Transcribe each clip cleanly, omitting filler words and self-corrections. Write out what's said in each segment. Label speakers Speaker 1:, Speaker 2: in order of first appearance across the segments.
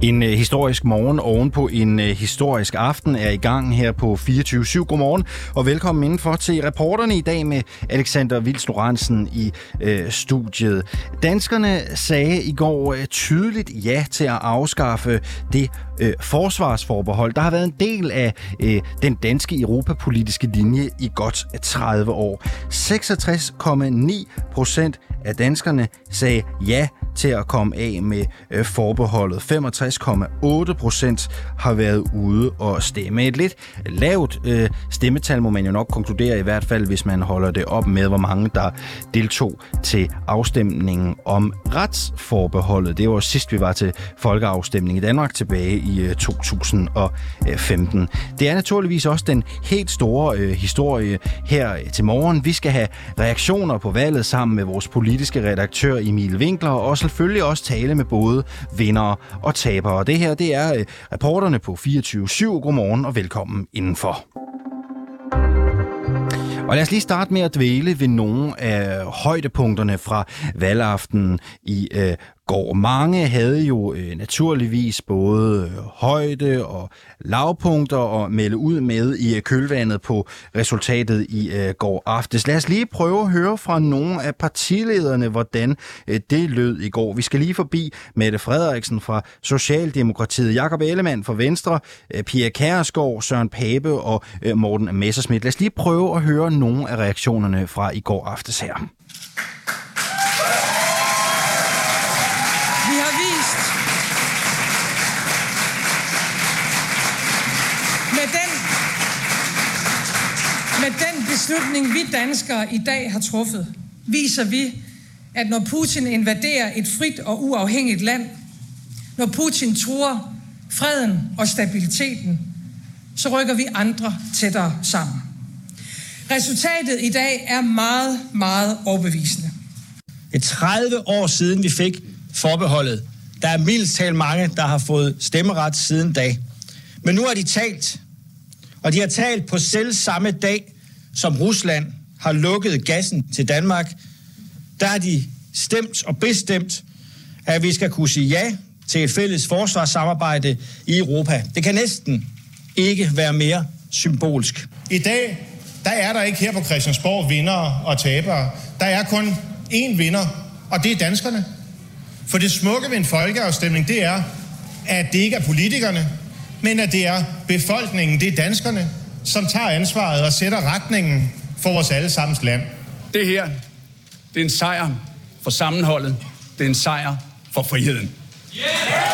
Speaker 1: En historisk morgen ovenpå en historisk aften er i gang her på 24/7. Godmorgen og velkommen indenfor til reporterne i dag med Alexander Vils Lorentzen i studiet. Danskerne sagde i går tydeligt ja til at afskaffe det forsvarsforbehold, der har været en del af den danske europapolitiske linje i godt 30 år. 66,9% af danskerne sagde ja til at komme af med forbeholdet. 65,8% har været ude og stemme. Et lidt lavt stemmetal må man jo nok konkludere, i hvert fald hvis man holder det op med, hvor mange der deltog til afstemningen om retsforbeholdet. Det var sidst, vi var til folkeafstemning i Danmark tilbage i 2015. Det er naturligvis også den helt store historie her til morgen. Vi skal have reaktioner på valget sammen med vores politiske redaktør Emil Winkler, og selvfølgelig også tale med både vindere og tabere. Det her, det er reporterne på 24/7. Godmorgen og velkommen indenfor. Og lad os lige starte med at dvæle ved nogle af højdepunkterne fra valgaftenen i går. Mange havde jo naturligvis både højde og lavpunkter at melde ud med i kølvandet på resultatet i går aftes. Lad os lige prøve at høre fra nogle af partilederne, hvordan det lød i går. Vi skal lige forbi Mette Frederiksen fra Socialdemokratiet, Jakob Ellemann fra Venstre, Pia Kjærsgaard, Søren Pape og Morten Messerschmidt. Lad os lige prøve at høre nogle af reaktionerne fra i går aftes her.
Speaker 2: Med den beslutning, vi danskere i dag har truffet, viser vi, at når Putin invaderer et frit og uafhængigt land, når Putin truer freden og stabiliteten, så rykker vi andre tættere sammen. Resultatet i dag er meget, meget overbevisende.
Speaker 3: Det er 30 år siden, vi fik forbeholdet. Der er mildest talt mange, der har fået stemmeret siden da. Men nu har de talt. Og de har talt på selv samme dag, som Rusland har lukket gassen til Danmark. Der har de stemt og bestemt, at vi skal kunne sige ja til et fælles forsvarssamarbejde i Europa. Det kan næsten ikke være mere symbolsk.
Speaker 4: I dag, der er der ikke her på Christiansborg vindere og tabere. Der er kun én vinder, og det er danskerne. For det smukke ved en folkeafstemning, det er, at det ikke er politikerne, men at det er befolkningen, det er danskerne, som tager ansvaret og sætter retningen for vores allesammens land.
Speaker 5: Det her, det er en sejr for sammenholdet. Det er en sejr for friheden. Yeah!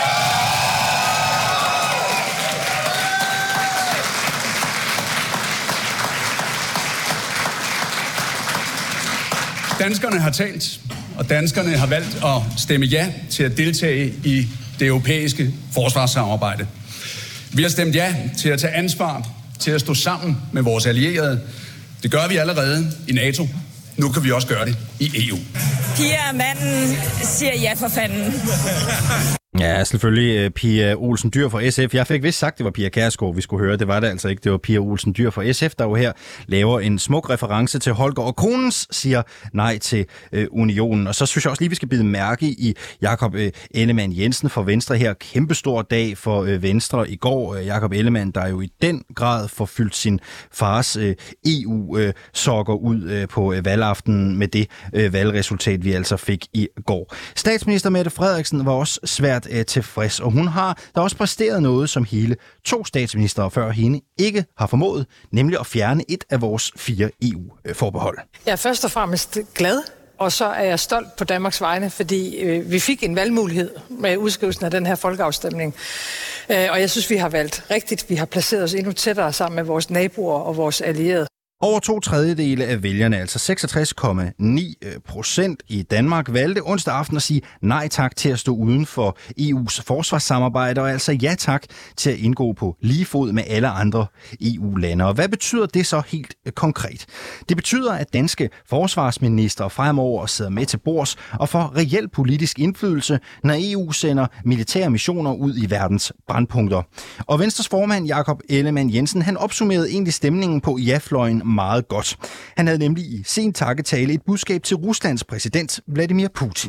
Speaker 5: Danskerne har talt, og danskerne har valgt at stemme ja til at deltage i det europæiske forsvarssamarbejde. Vi har stemt ja til at tage ansvar, til at stå sammen med vores allierede. Det gør vi allerede i NATO. Nu kan vi også gøre det i EU.
Speaker 6: Pia manden siger ja for fanden.
Speaker 1: Ja, selvfølgelig Pia Olsen Dyhr fra SF. Jeg fik vist sagt, det var Pia Kjærsgaard, vi skulle høre. Det var det altså ikke. Det var Pia Olsen Dyhr fra SF, der jo her laver en smuk reference til Holger og Konens siger nej til unionen. Og så synes jeg også lige, vi skal bide mærke i Jakob Ellemann Jensen fra Venstre her. Kæmpestor dag for Venstre i går. Jakob Ellemann, der jo i den grad får fyldt sin fars EU-sokker ud på valgaftenen med det valgresultat, vi altså fik i går. Statsminister Mette Frederiksen var også svært tilfreds, og hun har da også præsteret noget, som hele 2 statsministre før hende ikke har formået, nemlig at fjerne et af vores 4 EU-forbehold.
Speaker 2: Jeg er først og fremmest glad, og så er jeg stolt på Danmarks vegne, fordi vi fik en valgmulighed med udskrivelsen af den her folkeafstemning. Og jeg synes, vi har valgt rigtigt. Vi har placeret os endnu tættere sammen med vores naboer og vores allierede.
Speaker 1: Over 2/3 af vælgerne, altså 66,9% i Danmark, valgte onsdag aften at sige nej tak til at stå uden for EU's forsvarssamarbejde, og altså ja tak til at indgå på lige fod med alle andre EU-lande. Og hvad betyder det så helt konkret? Det betyder, at danske forsvarsministre fremover sidder med til bords og får reel politisk indflydelse, når EU sender militære missioner ud i verdens brandpunkter. Og Venstres formand Jakob Ellemann Jensen, han opsummerede egentlig stemningen på ja-fløjen meget godt. Han havde nemlig i sin takketale et budskab til Ruslands præsident Vladimir Putin.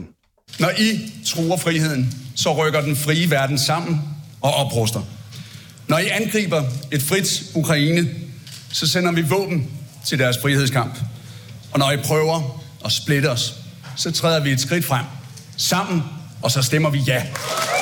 Speaker 5: Når I truer friheden, så rykker den frie verden sammen og opruster. Når I angriber et frit Ukraine, så sender vi våben til deres frihedskamp. Og når I prøver at splitte os, så træder vi et skridt frem. Sammen, og så stemmer vi ja.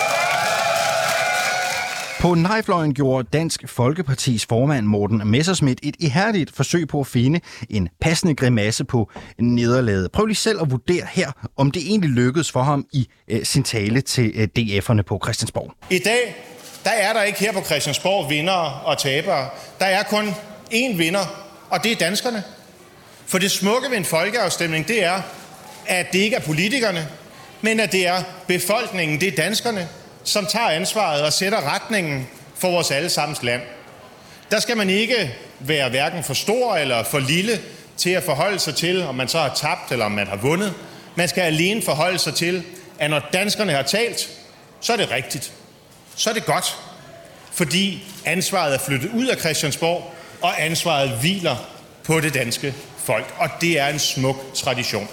Speaker 1: På nejfløjen gjorde Dansk Folkepartis formand Morten Messerschmidt et ihærdigt forsøg på at finde en passende grimasse på nederlaget. Prøv lige selv at vurdere her, om det egentlig lykkedes for ham i sin tale til DF'erne på Christiansborg.
Speaker 4: I dag, der er der ikke her på Christiansborg vindere og tabere. Der er kun én vinder, og det er danskerne. For det smukke ved en folkeafstemning, det er, at det ikke er politikerne, men at det er befolkningen, det er danskerne, som tager ansvaret og sætter retningen for vores allesammens land. Der skal man ikke være hverken for stor eller for lille til at forholde sig til, om man så har tabt eller om man har vundet. Man skal alene forholde sig til, at når danskerne har talt, så er det rigtigt. Så er det godt, fordi ansvaret er flyttet ud af Christiansborg, og ansvaret hviler på det danske folk. Og det er en smuk tradition.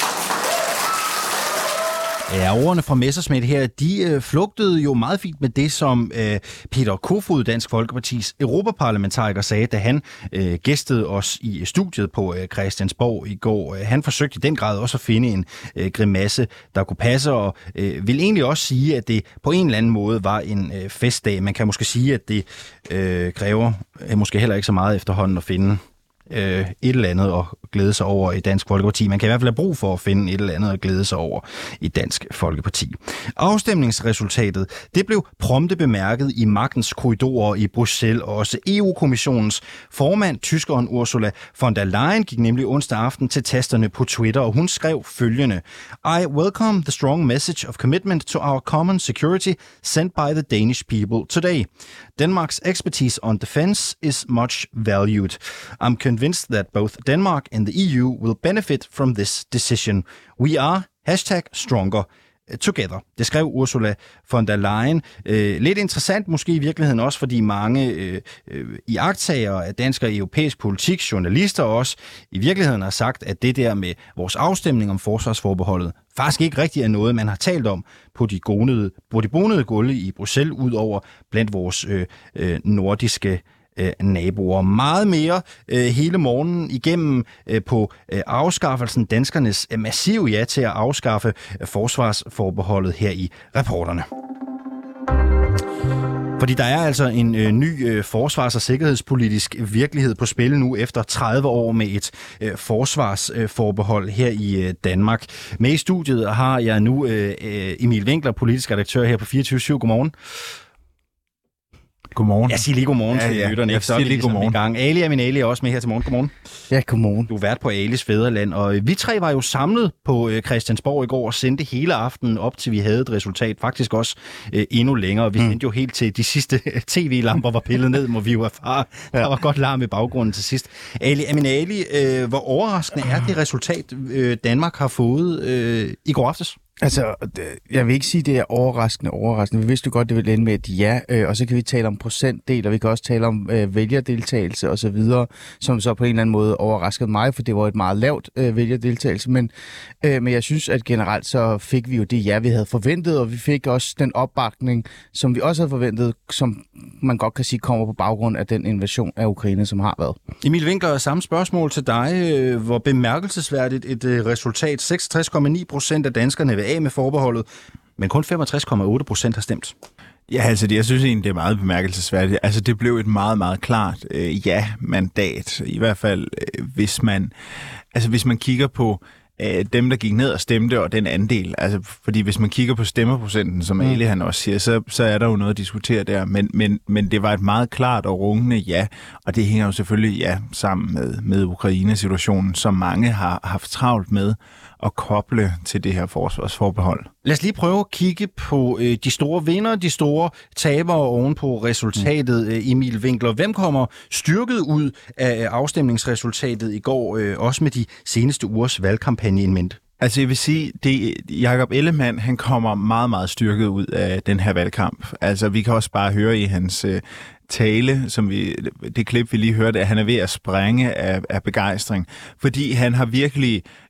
Speaker 1: Ja, ordene fra Messerschmidt her, de flugtede jo meget fint med det, som Peter Kofod, Dansk Folkepartis europaparlamentariker, sagde, da han gæstede os i studiet på Christiansborg i går. Han forsøgte i den grad også at finde en grimasse, der kunne passe, og vil egentlig også sige, at det på en eller anden måde var en festdag. Man kan måske sige, at det kræver måske heller ikke så meget efterhånden at finde et eller andet at glæde sig over i Dansk Folkeparti. Man kan i hvert fald have brug for at finde et eller andet at glæde sig over i Dansk Folkeparti. Afstemningsresultatet, det blev prompte bemærket i magtens korridorer i Bruxelles, og også EU-kommissionens formand, tyskeren Ursula von der Leyen, gik nemlig onsdag aften til tasterne på Twitter, og hun skrev følgende: I welcome the strong message of commitment to our common security sent by the Danish people today. Denmark's expertise on defense is much valued. I'm convinced that both Denmark and the EU will benefit from this decision. We are #stronger together. Det skrev Ursula von der Leyen. Lidt interessant måske i virkeligheden også, fordi mange iagttagere af dansk og europæisk politik, journalister også, i virkeligheden har sagt, at det der med vores afstemning om forsvarsforbeholdet faktisk ikke rigtig er noget, man har talt om på de bonede gulve i Bruxelles, ud over blandt vores nordiske naboer. Meget mere hele morgenen igennem på afskaffelsen, danskernes massive ja til at afskaffe forsvarsforbeholdet her i reporterne. Fordi der er altså en ny forsvars- og sikkerhedspolitisk virkelighed på spil nu efter 30 år med et forsvarsforbehold her i Danmark. Med i studiet har jeg nu Emil Winkler, politisk redaktør her på 24/7. Godmorgen.
Speaker 7: Godmorgen.
Speaker 1: Jeg siger lige godmorgen til lytterne.
Speaker 7: Jeg siger lige godmorgen.
Speaker 1: I gang. Ali og min Ali er også med her til morgen. Godmorgen.
Speaker 7: Ja, godmorgen.
Speaker 1: Du er vært på Alis Fædreland, og vi tre var jo samlet på Christiansborg i går og sendte hele aftenen op til vi havde et resultat. Faktisk også endnu længere. Vi sendte jo helt til de sidste tv-lamper var pillet ned, må vi jo erfare. Der var godt larm i baggrunden til sidst. Ali, hvor overraskende er det resultat, Danmark har fået i går aftes?
Speaker 7: Altså, jeg vil ikke sige, at det er overraskende. Vi vidste jo godt, det ville ende med et ja, og så kan vi tale om procentdel, og vi kan også tale om vælgerdeltagelse og så videre, som så på en eller anden måde overraskede mig, for det var et meget lavt vælgerdeltagelse. Men jeg synes, at generelt så fik vi jo det ja, vi havde forventet, og vi fik også den opbakning, som vi også havde forventet, som man godt kan sige kommer på baggrund af den invasion af Ukraine, som har været.
Speaker 1: Emil Winkler, samme spørgsmål til dig. Hvor bemærkelsesværdigt et resultat. 66,9% af danskerne vil af med forbeholdet, men kun 65,8% har stemt.
Speaker 8: Ja, altså jeg synes egentlig, det er meget bemærkelsesværdigt. Altså det blev et meget, meget klart ja-mandat. I hvert fald, hvis man kigger på dem, der gik ned og stemte, og den andel. Altså, fordi hvis man kigger på stemmerprocenten, som Ali han også siger, så er der jo noget at diskutere der. Men det var et meget klart og rungende ja, og det hænger jo selvfølgelig sammen med Ukraine-situationen, som mange har haft travlt med at koble til det her forsvarsforbehold.
Speaker 1: Lad os lige prøve at kigge på de store vinder, de store tabere oven på resultatet, Emil Winkler. Hvem kommer styrket ud af afstemningsresultatet i går, også med de seneste ugers valgkampagne in mente?
Speaker 8: Altså jeg vil sige, Jakob Ellemann, han kommer meget, meget styrket ud af den her valgkamp. Altså vi kan også bare høre i hans tale, det klip vi lige hørte, at han er ved at sprænge af begejstring, fordi han har virkelig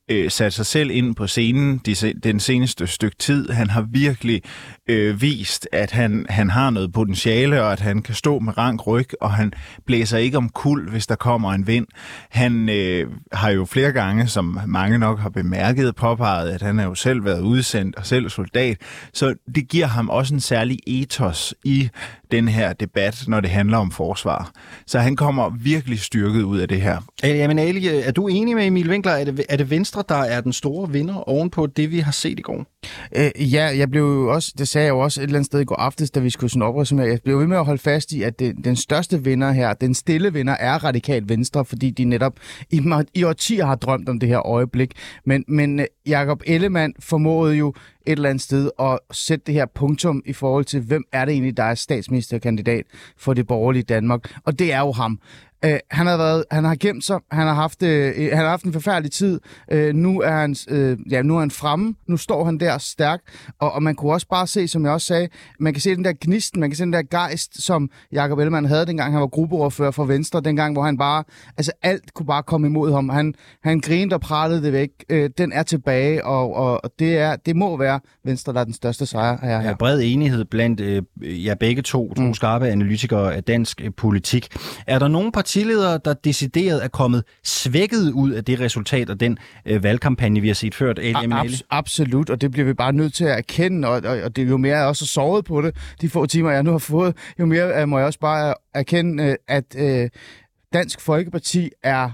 Speaker 8: sat sig selv ind på scenen den seneste stykke tid. Han har virkelig vist, at han har noget potentiale, og at han kan stå med rank ryg, og han blæser ikke om kul, hvis der kommer en vind. Han har jo flere gange, som mange nok har bemærket, påpeget, at han har jo selv været udsendt og selv soldat, så det giver ham også en særlig ethos i den her debat, når det handler om forsvar. Så han kommer virkelig styrket ud af det her.
Speaker 1: Jamen Ali, er du enig med Emil Winkler? Er det Venstre, der er den store vinder ovenpå det, vi har set i går?
Speaker 7: Ja, jeg blev jo også, det sagde jeg jo også et eller andet sted i går aftes, da vi skulle sådan oprømme. Jeg blev ved med at holde fast i, at den største vinder her, den stille vinder, er Radikal Venstre, fordi de netop i årtier har drømt om det her øjeblik. Men Jakob Ellemann formåede jo et eller andet sted at sætte det her punktum i forhold til, hvem er det egentlig, der er statsministerkandidat for det borgerlige Danmark. Og det er jo ham. Han har gemt sig, han har haft en forfærdelig tid. Nu er han fremme, nu står han der stærk, og man kunne også bare se, som jeg også sagde, man kan se den der gnisten, man kan se den der gejst, som Jakob Ellemann havde, dengang han var gruppeordfører for Venstre, dengang, hvor han bare, altså alt kunne bare komme imod ham. Han grinede og pralede det væk. Den er tilbage, og det må være Venstre, der er den største sejr her.
Speaker 1: Ja, bred enighed blandt begge to skarpe analytikere af dansk politik. Er der nogen partiledere, der decideret er kommet svækket ud af det resultat og den valgkampagne, vi har set ført?
Speaker 7: Absolut, og det bliver vi bare nødt til at erkende, og det er jo mere, jeg også har sovet på det, de få timer, jeg nu har fået, jo mere må jeg også bare erkende, at Dansk Folkeparti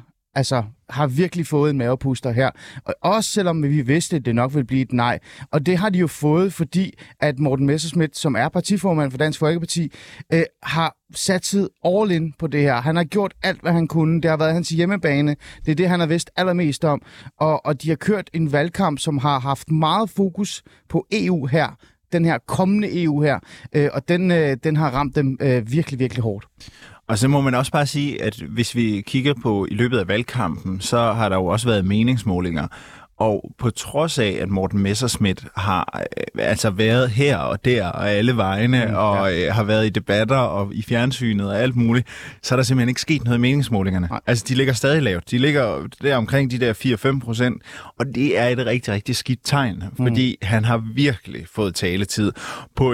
Speaker 7: har virkelig fået en mavepuster her. Og også selvom vi vidste, at det nok ville blive et nej. Og det har de jo fået, fordi at Morten Messerschmidt, som er partiformand for Dansk Folkeparti, har satset all in på det her. Han har gjort alt, hvad han kunne. Det har været hans hjemmebane. Det er det, han har vidst allermest om. Og de har kørt en valgkamp, som har haft meget fokus på EU her. Den her kommende EU her. Og den har ramt dem virkelig, virkelig hårdt.
Speaker 8: Og så må man også bare sige, at hvis vi kigger på i løbet af valgkampen, så har der jo også været meningsmålinger. Og på trods af, at Morten Messerschmidt har været her og der og alle vegne, og har været i debatter og i fjernsynet og alt muligt, så er der simpelthen ikke sket noget i meningsmålingerne. Nej. Altså, de ligger stadig lavt. De ligger der omkring de der 4-5%, og det er et rigtig, rigtig skidt tegn, fordi han har virkelig fået taletid på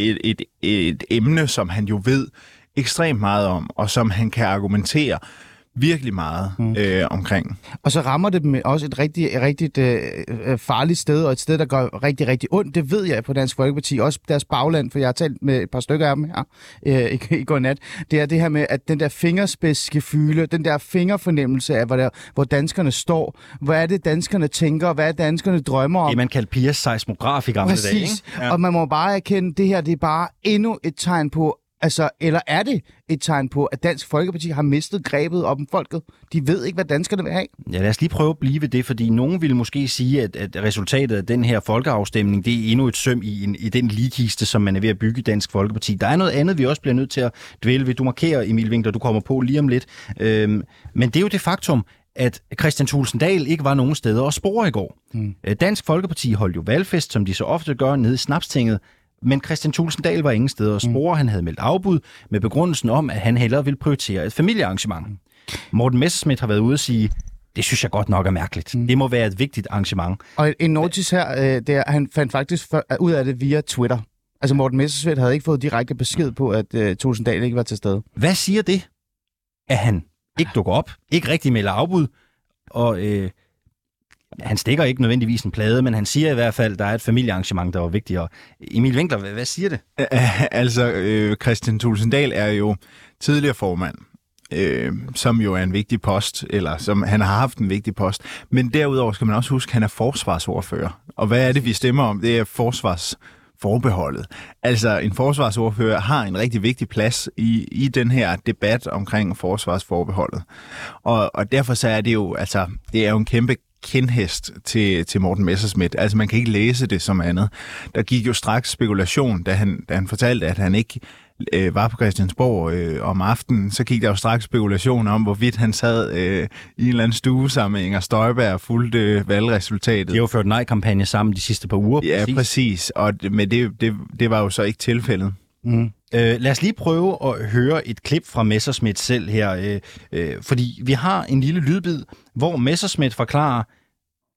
Speaker 8: et emne, som han jo ved ekstremt meget om, og som han kan argumentere virkelig meget omkring.
Speaker 7: Og så rammer det dem også et rigtig farligt sted, og et sted, der gør rigtig, rigtig ondt. Det ved jeg på Dansk Folkeparti, også deres bagland, for jeg har talt med et par stykker af dem her i går nat. Det er det her med, at den der fingerspidsgefyle, den der fingerfornemmelse af, hvor danskerne står, hvad er det, danskerne tænker, hvad er danskerne drømmer om.
Speaker 1: Det man kalder Pias seismograf i gamle dage, ikke?
Speaker 7: Ja. Og man må bare erkende, det her det er bare endnu et tegn på, eller er det et tegn på, at Dansk Folkeparti har mistet grebet om folket? De ved ikke, hvad danskerne vil have.
Speaker 1: Ja, lad os lige prøve at blive ved det, fordi nogen ville måske sige, at resultatet af den her folkeafstemning, det er endnu et søm i den ligkiste, som man er ved at bygge i Dansk Folkeparti. Der er noget andet, vi også bliver nødt til at dvæle ved. Du markerer, Emil Winkler, du kommer på lige om lidt. Men det er jo det faktum, at Kristian Thulesen Dahl ikke var nogen steder at spore i går. Dansk Folkeparti holdt jo valgfest, som de så ofte gør, nede i Snapstinget. Men Kristian Thulesen Dahl var ingen steder at spore. Han havde meldt afbud med begrundelsen om, at han hellere ville prioritere et familiearrangement. Morten Messerschmidt har været ude at sige, det synes jeg godt nok er mærkeligt. Det må være et vigtigt arrangement.
Speaker 7: Og en notice her, han fandt faktisk ud af det via Twitter. Altså Morten Messerschmidt havde ikke fået direkte besked på, at Thulesen Dahl ikke var til stede.
Speaker 1: Hvad siger det? At han ikke dukker op, ikke rigtig melder afbud, og han stikker ikke nødvendigvis en plade, men han siger i hvert fald, at der er et familiearrangement, der var vigtigere. Emil Winkler, hvad siger det?
Speaker 8: Kristian Thulesen Dahl er jo tidligere formand, som jo er en vigtig post, eller som han har haft en vigtig post. Men derudover skal man også huske, at han er forsvarsordfører. Og hvad er det, vi stemmer om? Det er forsvarsforbeholdet. Altså, en forsvarsordfører har en rigtig vigtig plads i den her debat omkring forsvarsforbeholdet. Og derfor så er det jo, det er jo en kæmpe kindhest til Morten Messerschmidt. Altså, man kan ikke læse det som andet. Der gik jo straks spekulation, da han fortalte, at han ikke var på Christiansborg om aftenen, så gik der jo straks spekulation om, hvorvidt han sad i en eller anden stue sammen med Inger Støjberg og fulgte valgresultatet.
Speaker 1: De har jo ført nej-kampagne sammen de sidste par uger.
Speaker 8: Ja, præcis. Men det var jo så ikke tilfældet.
Speaker 1: Lad os lige prøve at høre et klip fra Messerschmidt selv her, fordi vi har en lille lydbid, hvor Messerschmidt forklarer,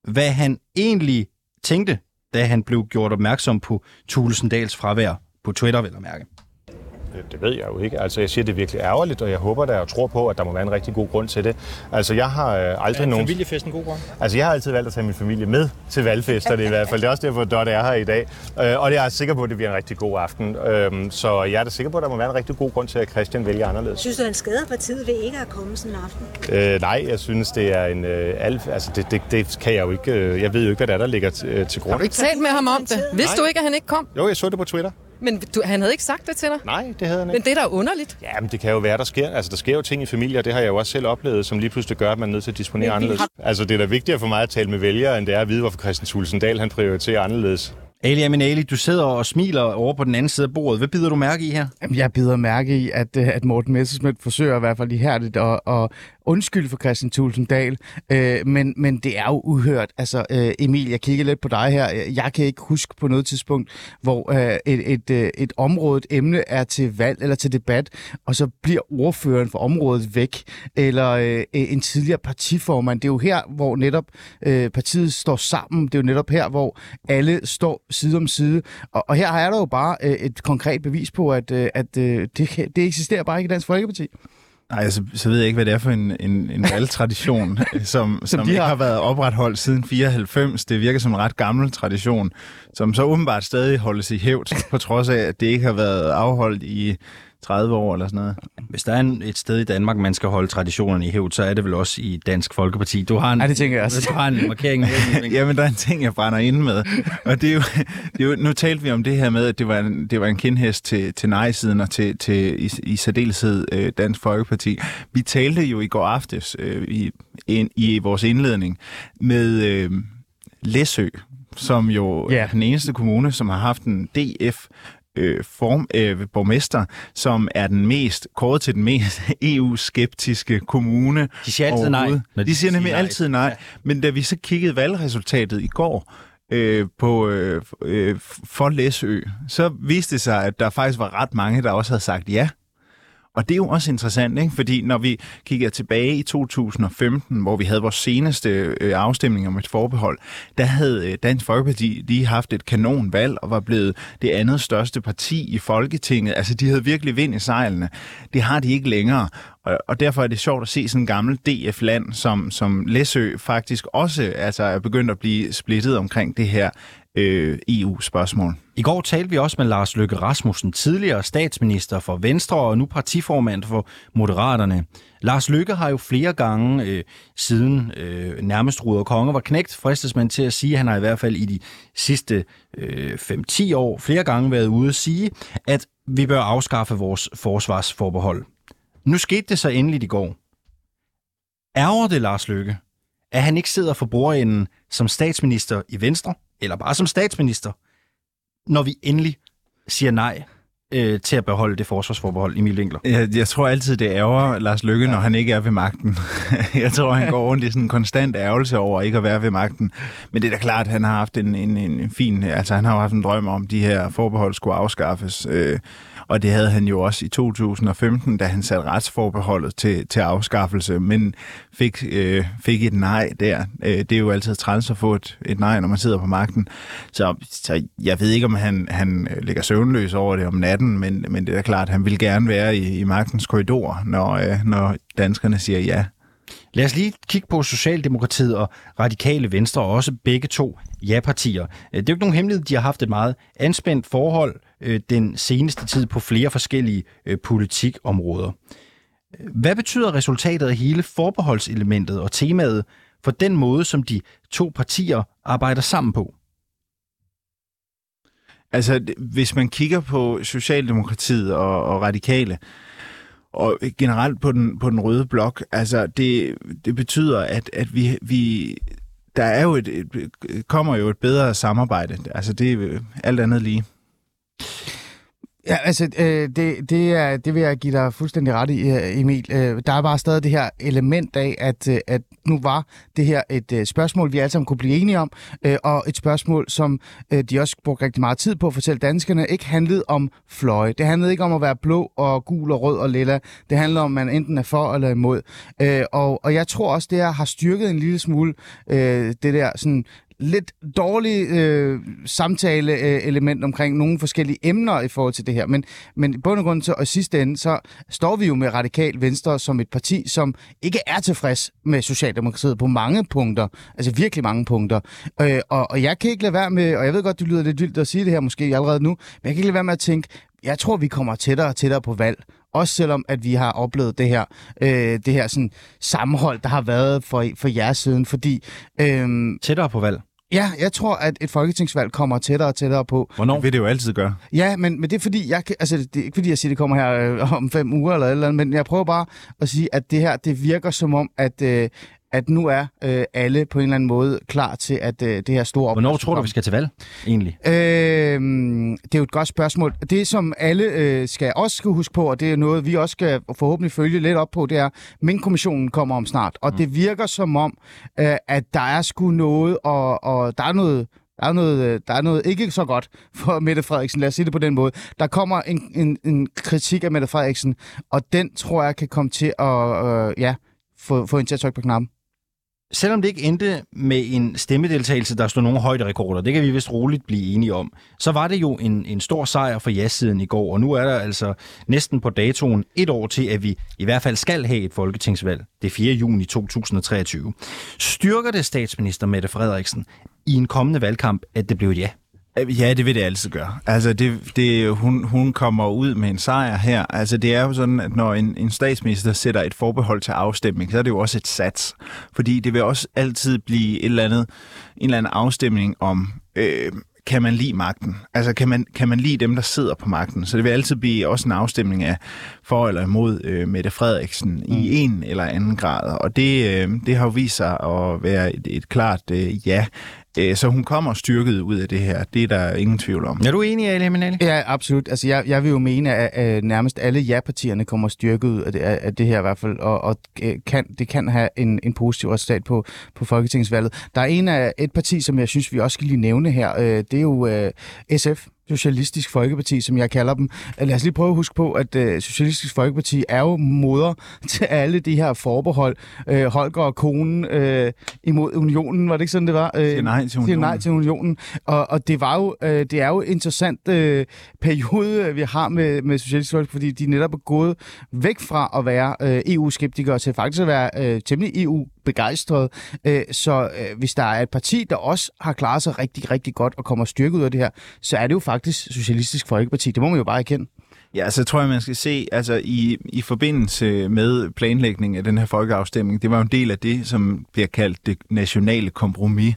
Speaker 1: hvad han egentlig tænkte, da han blev gjort opmærksom på Thulesen Dahls fravær på Twitter, vel at mærke.
Speaker 9: Det ved jeg jo ikke. Altså, jeg siger, det er virkelig ærgerligt, og jeg håber da og tror på, at der må være en rigtig god grund til det. Altså, jeg har aldrig nogen...
Speaker 1: familiefest en god grund?
Speaker 9: Altså, jeg har altid valgt at tage min familie med til valgfester, det i hvert fald. Det er også derfor, at Dot er her i dag. Og jeg er sikker på, at det bliver en rigtig god aften. Så jeg er da sikker på, at der må være en rigtig god grund til, at Christian vælger anderledes.
Speaker 10: Synes du, han skader partiet ved ikke at komme sådan en aften?
Speaker 9: Nej, jeg synes, det er en... altså, det kan jeg jo ikke... Jeg ved jo ikke, hvad der ligger til grund.
Speaker 11: Har du ikke talt med ham om det? Vidste du ikke, at han ikke kom?
Speaker 9: Jo, jeg så det på Twitter.
Speaker 11: Men han havde ikke sagt det til dig?
Speaker 9: Nej, det havde han ikke.
Speaker 11: Men det er da underligt.
Speaker 9: Ja, men det kan jo være, der sker. Altså, der sker jo ting i familier, det har jeg jo også selv oplevet, som lige pludselig gør, at man er nødt til at disponere anderledes. Altså, det er da vigtigere for mig at tale med vælgere, end det er at vide, hvorfor Christian Thulesen Dahl, han prioriterer anderledes.
Speaker 1: Ali Aminali, du sidder og smiler over på den anden side af bordet. Hvad bider du mærke i her?
Speaker 7: Jeg bider mærke i, at Morten Messerschmidt forsøger i hvert fald ihærdigt at undskylde for Christian Thulesen Dahl, men det er jo uhørt. Altså, Emil, jeg kigger lidt på dig her. Jeg kan ikke huske på noget tidspunkt, hvor et område, et emne er til valg eller til debat, og så bliver ordføreren for området væk, eller en tidligere partiformand. Det er jo her, hvor netop partiet står sammen. Det er jo netop her, hvor alle står side om side. Og her er der jo bare et konkret bevis på, at det eksisterer bare ikke i Dansk Folkeparti.
Speaker 8: Nej, så ved jeg ikke, hvad det er for en valgtradition, som ikke har været opretholdt siden 94. Det virker som en ret gammel tradition, som så åbenbart stadig holdes i hævd, på trods af, at det ikke har været afholdt i 30 år eller sådan noget.
Speaker 1: Hvis der er et sted i Danmark, man skal holde traditionerne i hævd, så er det vel også i Dansk Folkeparti. Du har en,
Speaker 7: det tænker jeg også.
Speaker 1: Du har en markering.
Speaker 8: Jamen, der er en ting, jeg brænder inde med. Og det er jo, nu talte vi om det her med, at det var en kindhest til nej-siden og til i særdeleshed Dansk Folkeparti. Vi talte jo i går aftes i vores indledning med Læsø, som jo er den eneste kommune, som har haft en DF borgmester, som er kåret til den mest EU-skeptiske kommune.
Speaker 1: De siger altid nej.
Speaker 8: De siger nemlig altid nej. Ja. Men da vi så kiggede valgresultatet i går for Læsø, så viste det sig, at der faktisk var ret mange, der også havde sagt ja. Og det er jo også interessant, ikke? Fordi når vi kigger tilbage i 2015, hvor vi havde vores seneste afstemning om et forbehold, der havde Dansk Folkeparti lige haft et kanonvalg og var blevet det andet største parti i Folketinget. Altså, de havde virkelig vind i sejlene. Det har de ikke længere. Og derfor er det sjovt at se sådan en gammel DF-land, som Læsø faktisk også er begyndt at blive splittet omkring det her EU-spørgsmål.
Speaker 1: I går talte vi også med Lars Løkke Rasmussen, tidligere statsminister for Venstre og nu partiformand for Moderaterne. Lars Løkke har jo flere gange siden nærmest Ruder Konge var knægt, fristes man til at sige, han har i hvert fald i de sidste 5-10 år flere gange været ude at sige, at vi bør afskaffe vores forsvarsforbehold. Nu skete det så endeligt i går. Ærger det Lars Løkke, at han ikke sidder for bordenden som statsminister i Venstre, eller bare som statsminister, når vi endelig siger nej til at beholde det forsvarsforbehold, Emil Winkler?
Speaker 8: Jeg tror altid, det ærger Lars Løkke, når han ikke er ved magten. Jeg tror, han går rundt i sådan en konstant ærgelse over ikke at være ved magten. Men det er da klart, at han har haft en fin... Altså, han har jo haft en drøm om, de her forbehold skulle afskaffes. Og det havde han jo også i 2015, da han satte retsforbeholdet til afskaffelse, men fik et nej der. Det er jo altid træls at få et nej, når man sidder på magten. Så jeg ved ikke, om han ligger søvnløs over det om natten, men det er klart, at han vil gerne være i magtens korridor, når danskerne siger ja.
Speaker 1: Lad os lige kigge på Socialdemokratiet og Radikale Venstre, og også begge to ja-partier. Det er jo ikke nogen hemmelighed, de har haft et meget anspændt forhold den seneste tid på flere forskellige politikområder. Hvad betyder resultatet af hele forbeholdselementet og temaet for den måde, som de to partier arbejder sammen på?
Speaker 8: Altså, hvis man kigger på Socialdemokratiet og Radikale, og generelt på den røde blok, altså det betyder, at vi der er jo kommer jo et bedre samarbejde. Altså det er alt andet lige.
Speaker 7: Ja, altså, det vil jeg give dig fuldstændig ret i, Emil. Der er bare stadig det her element af, at nu var det her et spørgsmål, vi alle sammen kunne blive enige om, og et spørgsmål, som de også brugte rigtig meget tid på at fortælle danskerne, ikke handlede om fløje. Det handlede ikke om at være blå og gul og rød og lilla. Det handler om, at man enten er for eller imod. Og jeg tror også, det her har styrket en lille smule det der sådan lidt dårlige samtale-element omkring nogle forskellige emner i forhold til det her. Men i bund og grund til, og i sidste ende, så står vi jo med Radikal Venstre som et parti, som ikke er tilfreds med Socialdemokratiet på mange punkter. Altså virkelig mange punkter. Og jeg kan ikke lade være med, og jeg ved godt, det lyder lidt vildt at sige det her måske allerede nu, men jeg kan ikke lade være med at tænke, jeg tror, vi kommer tættere og tættere på valg. Også selvom, at vi har oplevet det her sådan sammenhold, der har været for jeres siden. Fordi,
Speaker 1: tættere på valg?
Speaker 7: Ja, jeg tror, at et folketingsvalg kommer tættere og tættere på.
Speaker 8: Hvornår? Det vil det jo altid gøre.
Speaker 7: Ja, men det er fordi, det er ikke fordi, jeg siger, det kommer her om 5 uger eller et eller andet, men jeg prøver bare at sige, at det her, det virker som om, at nu er alle på en eller anden måde klar til, at det her store...
Speaker 1: Hvornår tror du, vi skal til valg, egentlig?
Speaker 7: Det er jo et godt spørgsmål. Det, som alle skal huske på, og det er noget, vi også skal forhåbentlig følge lidt op på, det er, Minkkommissionen kommer om snart. Og det virker som om, at der er sgu noget, og der er noget ikke så godt for Mette Frederiksen, lad os sige det på den måde. Der kommer en kritik af Mette Frederiksen, og den tror jeg kan komme til at få en til at trykke på knappen.
Speaker 1: Selvom det ikke endte med en stemmedeltagelse, der stod nogle højderekorder, det kan vi vist roligt blive enige om, så var det jo en stor sejr for ja-siden i går, og nu er der altså næsten på datoen 1 år til, at vi i hvert fald skal have et folketingsvalg. Det er 4. juni 2023. Styrker det statsminister Mette Frederiksen i en kommende valgkamp, at det blev et ja?
Speaker 8: Ja, det vil det altid gøre. Altså, hun kommer ud med en sejr her. Altså, det er jo sådan, at når en statsminister sætter et forbehold til afstemning, så er det jo også et sats. Fordi det vil også altid blive en eller anden afstemning om, kan man lide magten? Altså, kan man lide dem, der sidder på magten? Så det vil altid blive også en afstemning af for eller imod Mette Frederiksen i en eller anden grad. Og det har jo vist sig at være et klart ja. Så hun kommer styrket ud af det her. Det er der ingen tvivl om.
Speaker 1: Er du enig, Ali Minali?
Speaker 7: Ja, absolut. Altså, jeg vil jo mene, at nærmest alle ja-partierne kommer styrket ud af det her i hvert fald, og det kan have en positiv resultat på folketingsvalget. Der er et parti, som jeg synes, vi også skal lige nævne her. Det er jo SF. Socialistisk Folkeparti, som jeg kalder dem. Lad os lige prøve at huske på, at Socialistisk Folkeparti er jo moder til alle de her forbehold. Holger og konen imod unionen, var det ikke sådan, det var?
Speaker 8: Siger
Speaker 7: nej til unionen. Og det er jo en interessant periode, vi har med Socialistisk Folkeparti, fordi de netop er gået væk fra at være EU-skeptikere til faktisk at være temmelig EU-begejstrede. Så hvis der er et parti, der også har klaret sig rigtig, rigtig godt og kommer styrket ud af det her, så er det jo faktisk Socialistisk Folkeparti. Det må man jo bare erkende.
Speaker 8: Ja, så tror jeg, man skal se, altså i forbindelse med planlægningen af den her folkeafstemning, det var en del af det, som bliver kaldt det nationale kompromis,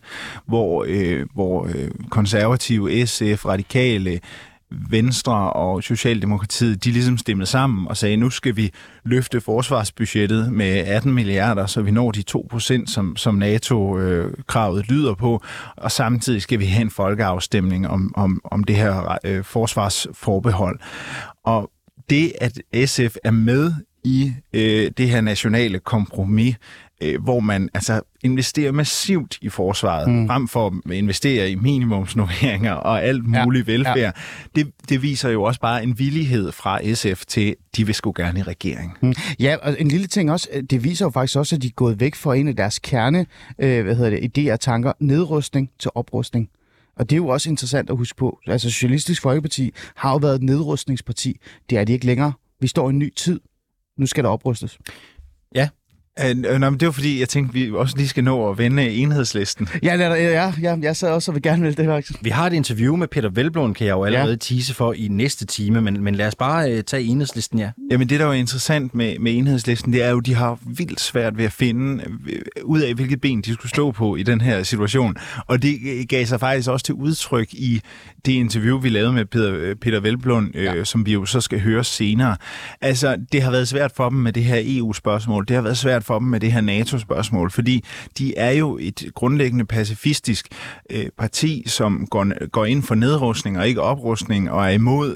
Speaker 8: hvor konservative, SF, radikale, Venstre og Socialdemokratiet, de ligesom stemmede sammen og sagde, nu skal vi løfte forsvarsbudgettet med 18 milliarder, så vi når de 2%, som NATO-kravet lyder på, og samtidig skal vi have en folkeafstemning om det her forsvarsforbehold. Og det, at SF er med i det her nationale kompromis, hvor man altså investerer massivt i forsvaret, frem for at investere i minimumsnormeringer og alt muligt velfærd. Ja. Det viser jo også bare en villighed fra SF til, de vil sgu gerne i regering.
Speaker 7: Ja, og en lille ting også, det viser jo faktisk også, at de er gået væk fra en af deres kerne, idéer og tanker, nedrustning til oprustning. Og det er jo også interessant at huske på. Altså, Socialistisk Folkeparti har jo været et nedrustningsparti. Det er de ikke længere. Vi står i en ny tid. Nu skal der oprustes.
Speaker 8: Ja. Nå, men det var fordi, jeg tænkte, vi også lige skal nå at vende Enhedslisten.
Speaker 7: Jeg sad også og vil gerne vælge det faktisk.
Speaker 1: Vi har et interview med Peder Hvelplund, kan jeg jo allerede tease for i næste time, men lad os bare tage Enhedslisten, ja.
Speaker 8: Jamen det, der er jo interessant med Enhedslisten, det er jo, de har vildt svært ved at finde ud af, hvilket ben de skulle stå på i den her situation. Og det gav sig faktisk også til udtryk i det interview, vi lavede med Peder Hvelplund, som vi jo så skal høre senere. Altså, det har været svært for dem med det her EU-spørgsmål. Det har været svært for dem med det her NATO-spørgsmål, fordi de er jo et grundlæggende pacifistisk parti, som går ind for nedrustning og ikke oprustning, og er imod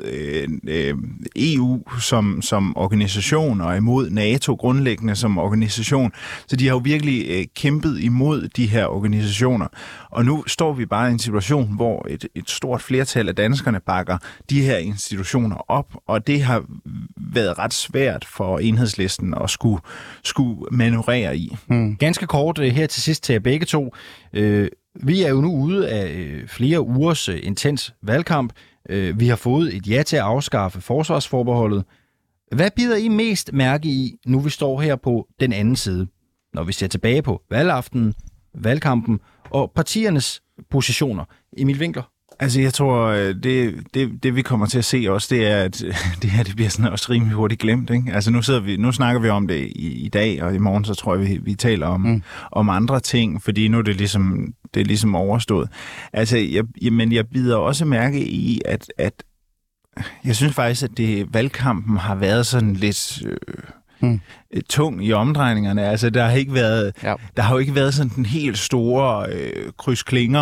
Speaker 8: EU som organisation, og er imod NATO grundlæggende som organisation. Så de har jo virkelig kæmpet imod de her organisationer. Og nu står vi bare i en situation, hvor et stort flertal af danskerne bakker de her institutioner op, og det har været ret svært for Enhedslisten at skulle manøvrere i.
Speaker 1: Ganske kort her til sidst til jer begge to. Vi er jo nu ude af flere ugers intens valgkamp. Vi har fået et ja til at afskaffe forsvarsforbeholdet. Hvad bider I mest mærke i, nu vi står her på den anden side, når vi ser tilbage på valgaftenen, valgkampen og partiernes positioner? Emil Winkler?
Speaker 8: Altså, jeg tror, det vi kommer til at se også, det er, at det her det bliver sådan også rimelig hurtigt glemt, ikke? Altså, nu snakker vi om det i dag, og i morgen, så tror jeg, vi taler om andre ting, fordi nu er det ligesom overstået. Altså, jeg bider også mærke i, at jeg synes faktisk, at valgkampen har været sådan lidt tung i omdrejningerne. Altså, der har jo ikke været sådan den helt store krydsklinger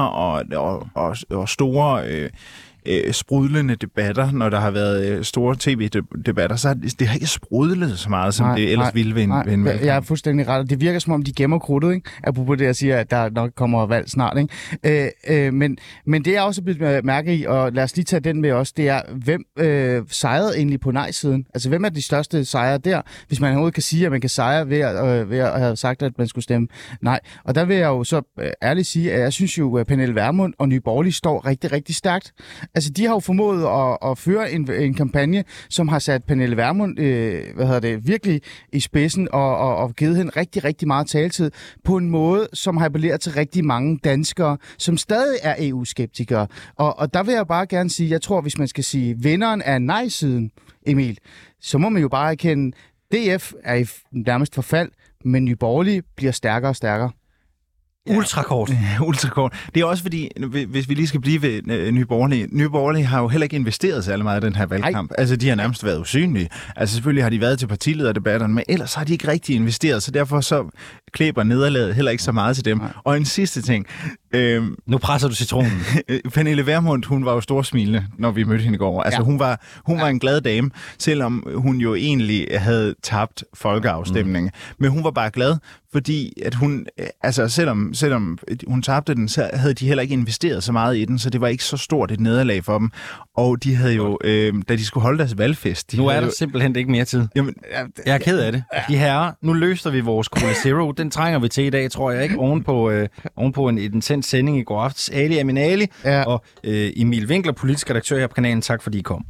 Speaker 8: og store sprudlende debatter, når der har været store tv-debatter, så det har ikke sprudlet så meget, som det ellers ville ved en valgkamp.
Speaker 7: Jeg er fuldstændig ret. Det virker, som om de gemmer krudtet, ikke? Apropos det, jeg siger, at der nok kommer valg snart, ikke? Men det er også blevet mærke i, og lad os lige tage den med også, det er, hvem sejrede egentlig på nej-siden? Altså, hvem er de største sejre der? Hvis man overhovedet kan sige, at man kan sejre ved at have sagt, at man skulle stemme nej. Og der vil jeg jo så ærligt sige, at jeg synes jo, at Pernille Vermund og Nye Borgerlige står rigtig, rigtig stærkt. Altså, de har jo formået at føre en kampagne, som har sat Pernille Vermund virkelig i spidsen og givet hende rigtig, rigtig meget taletid på en måde, som har appelleret til rigtig mange danskere, som stadig er EU-skeptikere. Og der vil jeg bare gerne sige, jeg tror, hvis man skal sige vinderen af nej-siden, Emil, så må man jo bare erkende, DF er i nærmest forfald, men Nye Borgerlige bliver stærkere og stærkere.
Speaker 1: Ultrakort.
Speaker 8: Ultrakort. Det er også fordi, hvis vi lige skal blive ved Nye Borgerlige har jo heller ikke investeret særlig meget i den her valgkamp. Altså, de har nærmest været usynlige. Altså, selvfølgelig har de været til partilederdebatterne, men ellers har de ikke rigtig investeret, så derfor så klæber nederlaget heller ikke så meget til dem. Nej. Og en sidste ting.
Speaker 1: Nu presser du citronen.
Speaker 8: Pernille Vermund, hun var jo storsmilende, når vi mødte hende i går. Altså, hun var en glad dame, selvom hun jo egentlig havde tabt folkeafstemningen. Men hun var bare glad, fordi at hun, altså selvom hun tabte den, så havde de heller ikke investeret så meget i den, så det var ikke så stort et nederlag for dem. Og de havde jo, da de skulle holde deres valgfest...
Speaker 1: Nu er der simpelthen ikke mere tid. Jamen, jeg er ked af det. De herrer, nu løser vi vores Cola Zero. Den trænger vi til i dag, tror jeg, ikke? Ovenpå en intens sending i går aftes. Ali Aminali og Emil Winkler, politisk redaktør her på kanalen. Tak fordi I kom.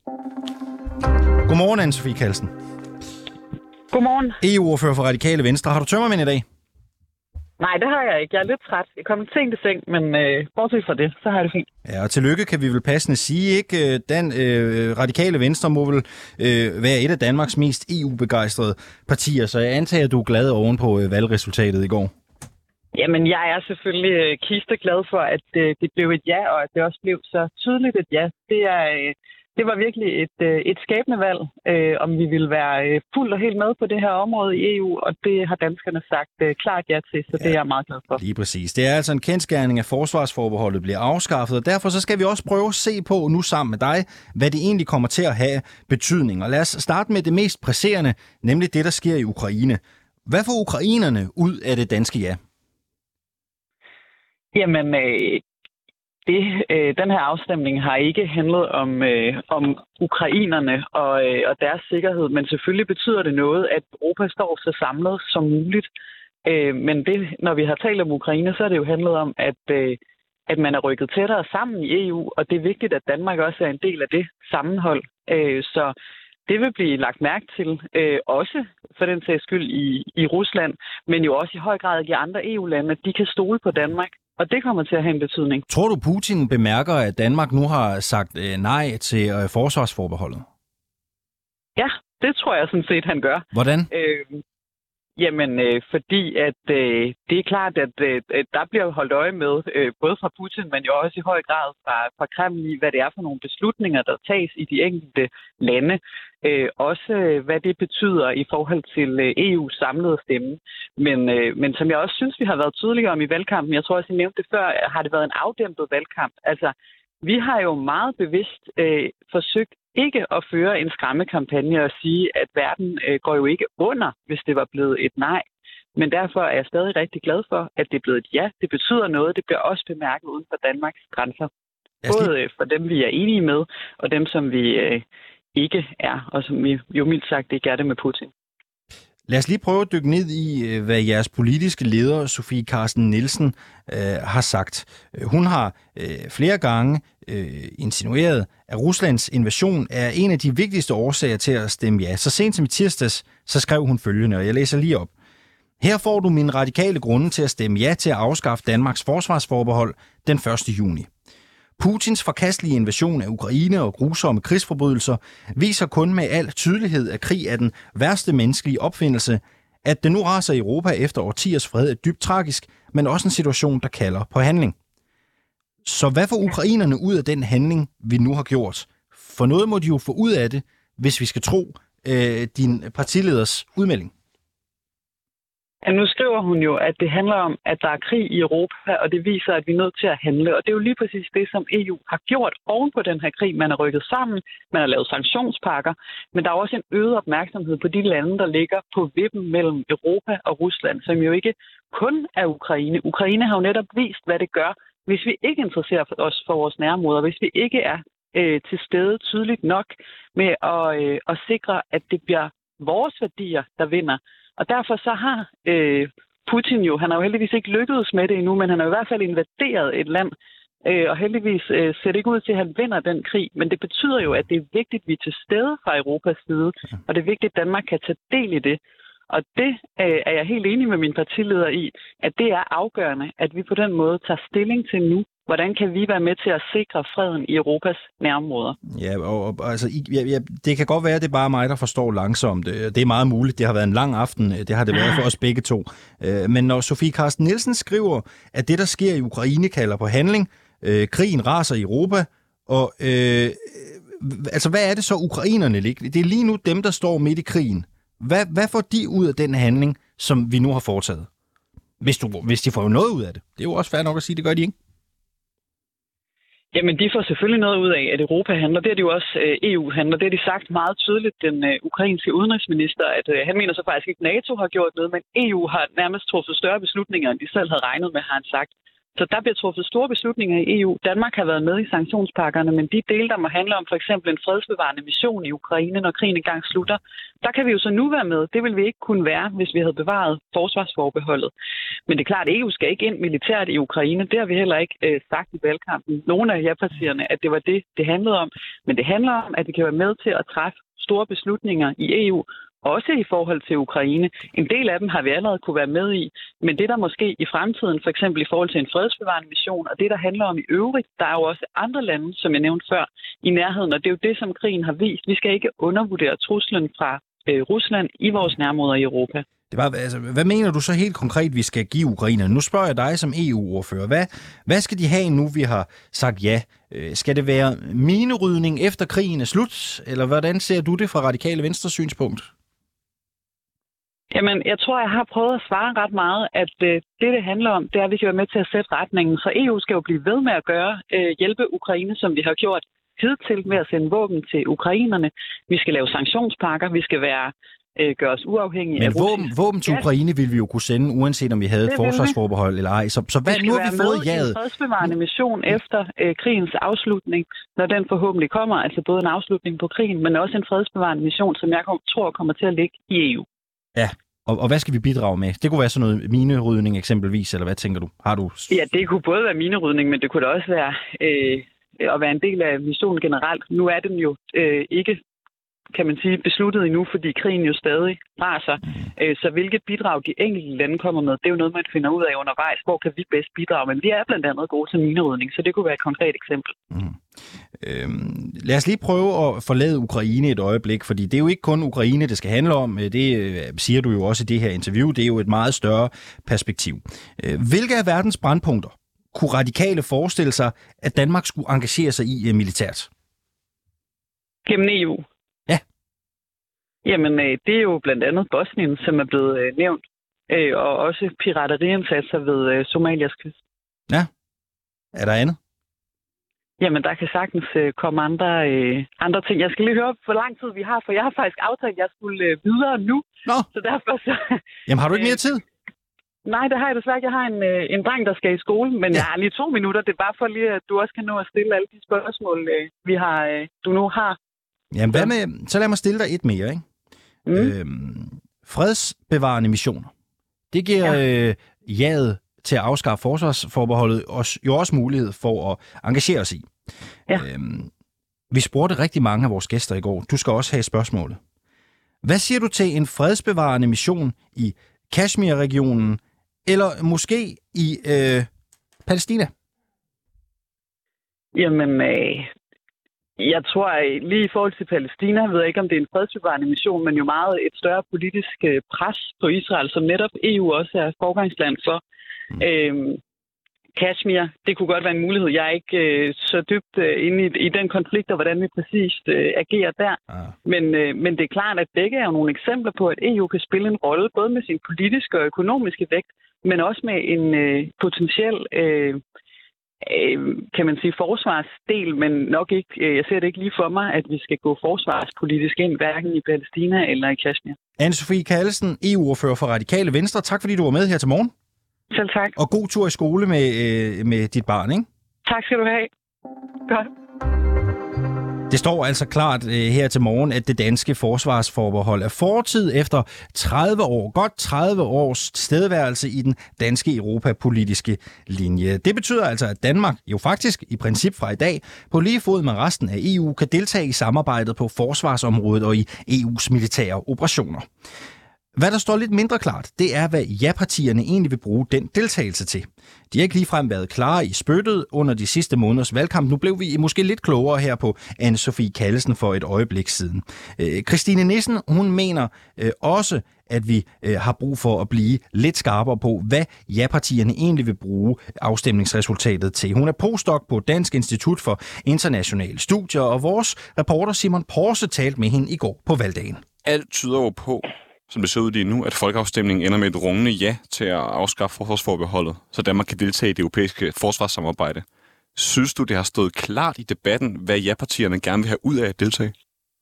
Speaker 1: Godmorgen, Anne-Sophie Kalsen.
Speaker 12: Godmorgen.
Speaker 1: EU-ordfører for Radikale Venstre. Har du tømmermænd i dag?
Speaker 12: Nej, det har jeg ikke. Jeg er lidt træt. Jeg kom sent i seng, men bortset fra det, så har jeg det fint.
Speaker 1: Ja, og tillykke kan vi vel passende sige, ikke? Den Radikale Venstre må vel være et af Danmarks mest EU-begejstrede partier, så jeg antager, at du er glad oven på valgresultatet i går.
Speaker 12: Jamen, jeg er selvfølgelig kisteglad for, at det blev et ja, og at det også blev så tydeligt et ja. Det var virkelig et skæbne valg, om vi ville være fuldt og helt med på det her område i EU, og det har danskerne sagt klart ja til, så det er jeg meget glad for.
Speaker 1: Lige præcis. Det er altså en kendsgerning, at forsvarsforbeholdet bliver afskaffet, og derfor så skal vi også prøve at se på nu sammen med dig, hvad det egentlig kommer til at have betydning. Og lad os starte med det mest presserende, nemlig det, der sker i Ukraine. Hvad får ukrainerne ud af det danske ja?
Speaker 12: Jamen, den her afstemning har ikke handlet om ukrainerne og deres sikkerhed, men selvfølgelig betyder det noget, at Europa står så samlet som muligt. Men når vi har talt om Ukraine, så er det jo handlet om, at man er rykket tættere sammen i EU, og det er vigtigt, at Danmark også er en del af det sammenhold. Så det vil blive lagt mærke til, også for den sags skyld i Rusland, men jo også i høj grad i de andre EU-lande, at de kan stole på Danmark. Og det kommer til at have en betydning.
Speaker 1: Tror du, Putin bemærker, at Danmark nu har sagt nej til forsvarsforbeholdet?
Speaker 12: Ja, det tror jeg sådan set, han gør.
Speaker 1: Hvordan?
Speaker 12: Jamen, fordi at det er klart, at der bliver holdt øje med, både fra Putin, men jo også i høj grad fra Kreml, i hvad det er for nogle beslutninger, der tages i de enkelte lande. Også hvad det betyder i forhold til EU's samlede stemme. Men som jeg også synes, vi har været tydelige om i valgkampen, jeg tror også, jeg nævnte det før, har det været en afdæmpet valgkamp. Altså, vi har jo meget bevidst forsøgt ikke at føre en skræmmekampagne og sige, at verden går jo ikke under, hvis det var blevet et nej. Men derfor er jeg stadig rigtig glad for, at det er blevet et ja. Det betyder noget. Det bliver også bemærket uden for Danmarks grænser. Både for dem, vi er enige med, og dem, som vi ikke er, og som vi jo mildt sagt ikke er det med Putin.
Speaker 1: Lad os lige prøve at dykke ned i, hvad jeres politiske leder, Sofie Carsten Nielsen, har sagt. Hun har flere gange insinueret, at Ruslands invasion er en af de vigtigste årsager til at stemme ja. Så sent som i tirsdags, så skrev hun følgende, og jeg læser lige op. Her får du mine radikale grunde til at stemme ja til at afskaffe Danmarks forsvarsforbehold den 1. juni. Putins forkastelige invasion af Ukraine og grusomme krigsforbrydelser viser kun med al tydelighed, at krig er den værste menneskelige opfindelse. At det nu raser i Europa efter årtiers fred er dybt tragisk, men også en situation, der kalder på handling. Så hvad får ukrainerne ud af den handling, vi nu har gjort? For noget må de jo få ud af det, hvis vi skal tro din partileders udmelding.
Speaker 12: Ja, nu skriver hun jo, at det handler om, at der er krig i Europa, og det viser, at vi er nødt til at handle. Og det er jo lige præcis det, som EU har gjort oven på den her krig. Man har rykket sammen, man har lavet sanktionspakker, men der er også en øget opmærksomhed på de lande, der ligger på vippen mellem Europa og Rusland, som jo ikke kun er Ukraine. Ukraine har jo netop vist, hvad det gør, hvis vi ikke interesserer os for vores nærområder, hvis vi ikke er til stede tydeligt nok med at sikre, at det bliver vores værdier, der vinder. Og derfor så har Putin jo, han har jo heldigvis ikke lykkedes med det endnu, men han har i hvert fald invaderet et land, og heldigvis ser det ikke ud til, at han vinder den krig. Men det betyder jo, at det er vigtigt, at vi er til stede fra Europas side, og det er vigtigt, at Danmark kan tage del i det. Og det er jeg helt enig med min partileder i, at det er afgørende, at vi på den måde tager stilling til nu, hvordan kan vi være med til at sikre freden i Europas nærområder?
Speaker 1: Ja, og altså, det kan godt være, at det er bare mig, der forstår langsomt. Det er meget muligt. Det har været en lang aften. Det har det været for os begge to. Men når Sofie Carsten Nielsen skriver, at det, der sker i Ukraine, kalder på handling, krigen raser i Europa, og altså, hvad er det så, ukrainerne ligger? Det er lige nu dem, der står midt i krigen. Hvad får de ud af den handling, som vi nu har foretaget? Hvis de får noget ud af det. Det er jo også fair nok at sige, det gør de ikke.
Speaker 12: Jamen, de får selvfølgelig noget ud af, at Europa handler. Det er det jo også EU handler. Det har de sagt meget tydeligt, den ukrainske udenrigsminister, at han mener så faktisk ikke, at NATO har gjort noget, men EU har nærmest truffet større beslutninger, end de selv havde regnet med, har han sagt. Så der bliver truffet store beslutninger i EU. Danmark har været med i sanktionspakkerne, men de dele, der må handle om for eksempel en fredsbevarende mission i Ukraine, når krigen engang slutter, der kan vi jo så nu være med. Det ville vi ikke kunne være, hvis vi havde bevaret forsvarsforbeholdet. Men det er klart, at EU skal ikke ind militært i Ukraine. Det har vi heller ikke sagt i valgkampen. Nogle af ja-partierne, at det var det handlede om. Men det handler om, at vi kan være med til at træffe store beslutninger i EU, også i forhold til Ukraine. En del af dem har vi allerede kunne være med i, men det der måske i fremtiden, for eksempel i forhold til en fredsbevarende mission, og det der handler om i øvrigt, der er jo også andre lande, som jeg nævnte før, i nærheden, og det er jo det, som krigen har vist. Vi skal ikke undervurdere truslen fra Rusland i vores nærområder i Europa.
Speaker 1: Hvad mener du så helt konkret, vi skal give ukrainerne? Nu spørger jeg dig som EU-ordfører. Hvad skal de have nu, vi har sagt ja? Skal det være minerydning efter krigen er slut? Eller hvordan ser du det fra Radikale Venstres synspunkt?
Speaker 12: Jamen, jeg tror, jeg har prøvet at svare ret meget, at det handler om, det er, at vi kan være med til at sætte retningen. Så EU skal jo blive ved med at hjælpe Ukraine, som vi har gjort hidtil med at sende våben til ukrainerne. Vi skal lave sanktionspakker, vi skal gøre os uafhængige af Rusland.
Speaker 1: Men våben til Ukraine ville vi jo kunne sende, uanset om vi havde et forsvarsforbehold eller ej. Så hvad nu har vi fået jaget?
Speaker 12: Vi skal være med i en fredsbevarende mission efter krigens afslutning, når den forhåbentlig kommer. Altså både en afslutning på krigen, men også en fredsbevarende mission, som jeg tror kommer til at ligge i EU.
Speaker 1: Ja, og hvad skal vi bidrage med? Det kunne være sådan noget minerydning eksempelvis, eller hvad tænker du? Har du?
Speaker 12: Ja, det kunne både være minerydning, men det kunne da også være at være en del af missionen generelt. Nu er den jo ikke kan man sige, besluttet endnu, fordi krigen jo stadig raser. Så hvilket bidrag de enkelte lande kommer med, det er jo noget, man finder ud af undervejs. Hvor kan vi bedst bidrage? Men vi er blandt andet gode til minerydning, så det kunne være et konkret eksempel.
Speaker 1: Lad os lige prøve at forlade Ukraine et øjeblik, fordi det er jo ikke kun Ukraine, det skal handle om. Det siger du jo også i det her interview. Det er jo et meget større perspektiv. Hvilke af verdens brandpunkter kunne radikale forestille sig, at Danmark skulle engagere sig i militært?
Speaker 12: Gennem EU?
Speaker 1: Ja.
Speaker 12: Jamen, det er jo blandt andet Bosnien, som er blevet nævnt, og også pirateriindsatser ved Somalias kyst.
Speaker 1: Ja. Er der andet?
Speaker 12: Jamen, der kan sagtens komme andre ting. Jeg skal lige høre, hvor lang tid vi har, for jeg har faktisk aftalt, at jeg skulle videre nu.
Speaker 1: Nå.
Speaker 12: Så derfor så...
Speaker 1: Jamen, har du ikke mere tid?
Speaker 12: Nej, det har jeg desværre ikke. Jeg har en dreng, der skal i skole, men jeg har lige 2 minutter. Det er bare for lige, at du også kan nå at stille alle de spørgsmål, du nu har.
Speaker 1: Jamen, hvad med... Så lad mig stille dig et mere, ikke? Fredsbevarende missioner. Det giver jaget til at afskaffe forsvarsforbeholdet jo også mulighed for at engagere os i.
Speaker 12: Ja.
Speaker 1: Vi spurgte rigtig mange af vores gæster i går. Du skal også have spørgsmålet. Hvad siger du til en fredsbevarende mission i Kashmir-regionen, eller måske i Palæstina?
Speaker 12: Jamen, jeg tror lige i forhold til Palæstina, jeg ved ikke, om det er en fredsbevarende mission, men jo meget et større politisk pres på Israel, som netop EU også er forgangsland for. Kashmir, det kunne godt være en mulighed. Jeg er ikke så dybt inde i den konflikt, og hvordan vi præcist agerer der. Men det er klart, at begge er jo nogle eksempler på, at EU kan spille en rolle, både med sin politiske og økonomiske vægt, men også med en potentiel, kan man sige, forsvarsdel, men nok ikke, jeg ser det ikke lige for mig, at vi skal gå forsvarspolitisk ind, hverken i Palæstina eller i Kashmir.
Speaker 1: Anne-Sophie Callesen, EU-ordfører for Radikale Venstre. Tak fordi du var med her til morgen.
Speaker 12: Selv tak.
Speaker 1: Og god tur i skole med dit barn, ikke?
Speaker 12: Tak skal du have. Godt.
Speaker 1: Det står altså klart her til morgen, at det danske forsvarsforbehold er fortid efter 30 år, godt 30 års tilstedeværelse i den danske europapolitiske linje. Det betyder altså, at Danmark jo faktisk i princip fra i dag på lige fod med resten af EU kan deltage i samarbejdet på forsvarsområdet og i EU's militære operationer. Hvad der står lidt mindre klart, det er, hvad ja-partierne egentlig vil bruge den deltagelse til. De har ikke ligefrem været klare i spyttet under de sidste måneders valgkamp. Nu blev vi måske lidt klogere her på Anne-Sophie Callesen for et øjeblik siden. Christine Nissen, hun mener også, at vi har brug for at blive lidt skarpere på, hvad ja-partierne egentlig vil bruge afstemningsresultatet til. Hun er postdoc på Dansk Institut for Internationale Studier, og vores reporter Simon Porse talte med hende i går på valgdagen.
Speaker 13: Alt tyder jo på, som det ser ud lige nu, at folkeafstemningen ender med et rungende ja til at afskaffe forsvarsforbeholdet, så Danmark kan deltage i det europæiske forsvarssamarbejde. Synes du, det har stået klart i debatten, hvad ja-partierne gerne vil have ud af at deltage?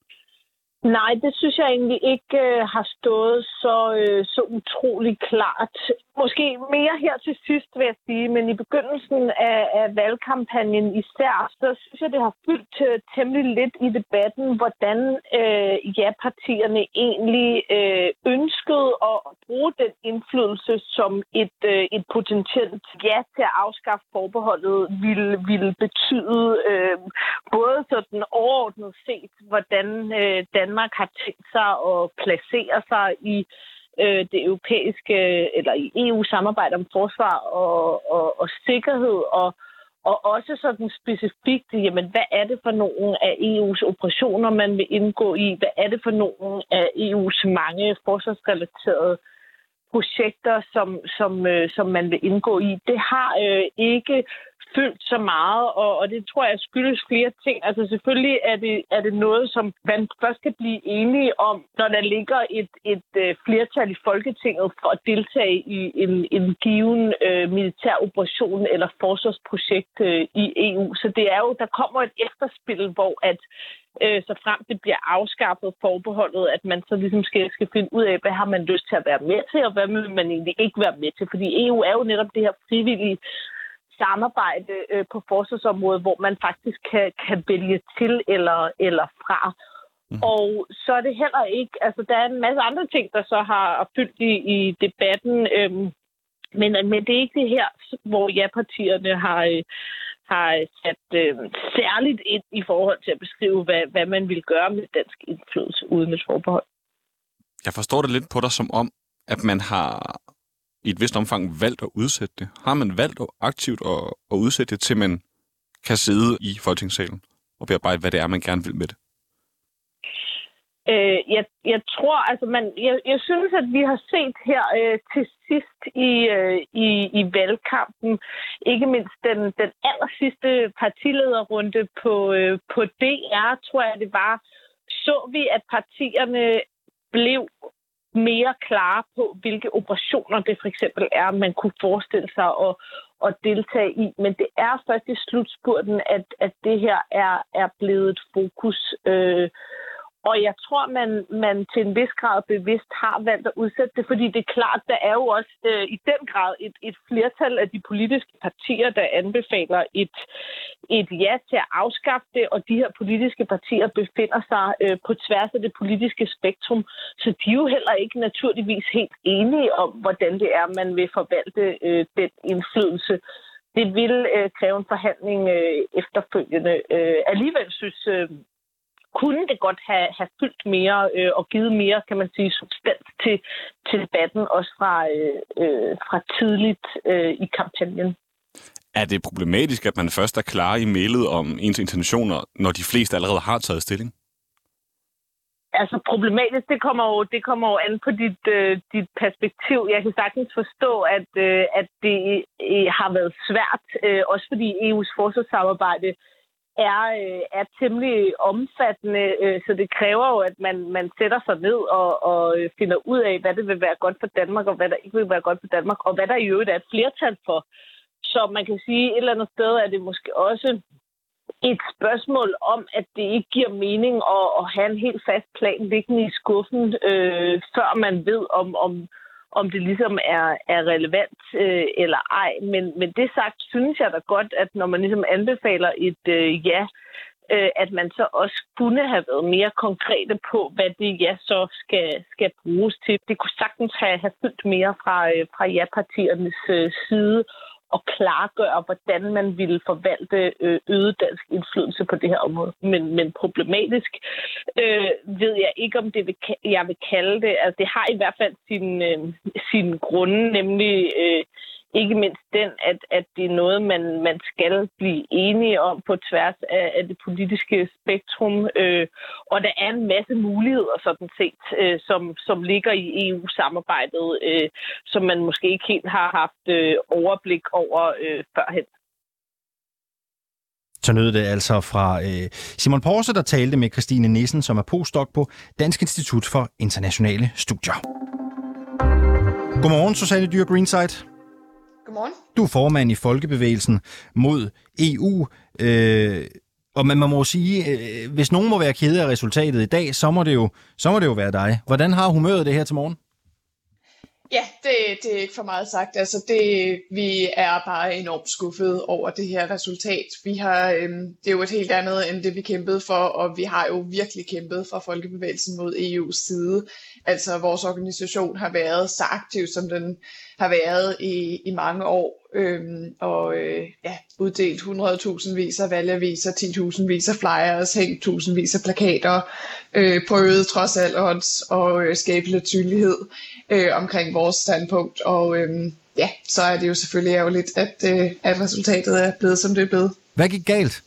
Speaker 14: Nej, det synes jeg egentlig ikke har stået så utrolig klart. Måske mere her til sidst, vil jeg sige, men i begyndelsen af valgkampagnen især, så synes jeg, det har fyldt temmelig lidt i debatten, hvordan ja-partierne egentlig ønskede at bruge den indflydelse, som et potentielt ja til at afskaffe forbeholdet ville betyde, både sådan overordnet set, hvordan Danmark har tænkt sig at placere sig i det europæiske eller i EU-samarbejde om forsvar og sikkerhed, og også sådan specifikt, jamen, hvad er det for nogle af EU's operationer, man vil indgå i? Hvad er det for nogle af EU's mange forsvarsrelaterede projekter, som man vil indgå i? Det har ikke fyldt så meget, og det tror jeg skyldes flere ting. Altså selvfølgelig er det noget, som man først kan blive enige om, når der ligger et flertal i Folketinget for at deltage i en given militær operation eller forsvarsprojekt i EU. Så det er jo, der kommer et efterspil, hvor at så frem det bliver afskaffet forbeholdet, at man så ligesom skal finde ud af, hvad har man lyst til at være med til, og hvad vil man egentlig ikke være med til. Fordi EU er jo netop det her frivillige samarbejde på forsvarsområdet, hvor man faktisk kan vælge til eller fra. Og så er det heller ikke, altså der er en masse andre ting, der så har fyldt i debatten, men det er ikke det her, hvor ja-partierne har sat særligt ind i forhold til at beskrive, hvad man vil gøre med dansk indflydelse uden et forbehold.
Speaker 13: Jeg forstår det lidt på dig som om, at man har i et vist omfang valgt at udsætte det. Har man valgt aktivt at udsætte det, til man kan sidde i Folketingssalen og bearbejde, hvad det er, man gerne vil med det?
Speaker 14: Jeg tror, altså jeg synes, at vi har set her til sidst i valgkampen, ikke mindst den aller sidste partilederrunde på DR, tror jeg det var, så vi, at partierne blev mere klare på, hvilke operationer det for eksempel er, man kunne forestille sig at deltage i. Men det er først i slutspurten, at det her er blevet et fokus. Og jeg tror, man til en vis grad bevidst har valgt at udsætte det, fordi det er klart, der er jo også i den grad et flertal af de politiske partier, der anbefaler et ja til at afskaffe det, og de her politiske partier befinder sig på tværs af det politiske spektrum, så de er jo heller ikke naturligvis helt enige om, hvordan det er, man vil forvalte den indflydelse. Det vil kræve en forhandling efterfølgende. Alligevel synes kunne det godt have fyldt mere og givet mere, kan man sige, substans til debatten, også fra tidligt i kampagnen.
Speaker 13: Er det problematisk, at man først er klar i mailet om ens intentioner, når de fleste allerede har taget stilling?
Speaker 14: Altså problematisk, det kommer jo an på dit perspektiv. Jeg kan sagtens forstå, at det har været svært, også fordi EU's forsvarssamarbejde er temmelig omfattende, så det kræver jo, at man sætter sig ned og finder ud af, hvad det vil være godt for Danmark, og hvad der ikke vil være godt for Danmark, og hvad der i øvrigt er et flertal for. Så man kan sige, et eller andet sted er det måske også et spørgsmål om, at det ikke giver mening at have en helt fast plan liggende i skuffen, før man ved, om det ligesom er relevant eller ej. Men det sagt, synes jeg da godt, at når man ligesom anbefaler et ja, at man så også kunne have været mere konkrete på, hvad det ja så skal bruges til. Det kunne sagtens have fyldt mere fra ja-partiernes side og klargøre, hvordan man ville forvalte øget dansk indflydelse på det her område. Men problematisk ved jeg ikke, om jeg vil kalde det. Altså, det har i hvert fald sin grunde, nemlig ikke mindst den, at det er noget, man skal blive enige om på tværs af det politiske spektrum. Og der er en masse muligheder, sådan set, som ligger i EU-samarbejdet, som man måske ikke helt har haft overblik over førhen.
Speaker 1: Så nød det altså fra Simon Porse, der talte med Christine Nissen, som er postdoc på Dansk Institut for Internationale Studier. Godmorgen, Susanne Dyhr Greenside.
Speaker 15: Godmorgen. Du
Speaker 1: er formand i Folkebevægelsen mod EU, og man må sige, hvis nogen må være kede af resultatet i dag, så må det jo være dig. Hvordan har humøret det her til morgen?
Speaker 15: Ja, det er ikke for meget sagt. Altså vi er bare enormt skuffede over det her resultat. Det er jo et helt andet end det, vi kæmpede for, og vi har jo virkelig kæmpet fra Folkebevægelsen mod EU's side. Altså vores organisation har været så aktiv, som den har været i mange år, uddelt 100.000 vis af valgaviser, 10.000 vis af flyers, hængt 1.000 vis af plakater, prøvet trods alt odds og skabe lidt synlighed omkring vores standpunkt. Og så er det jo selvfølgelig ærgerligt, at resultatet er blevet, som det er blevet.
Speaker 1: Hvad gik galt?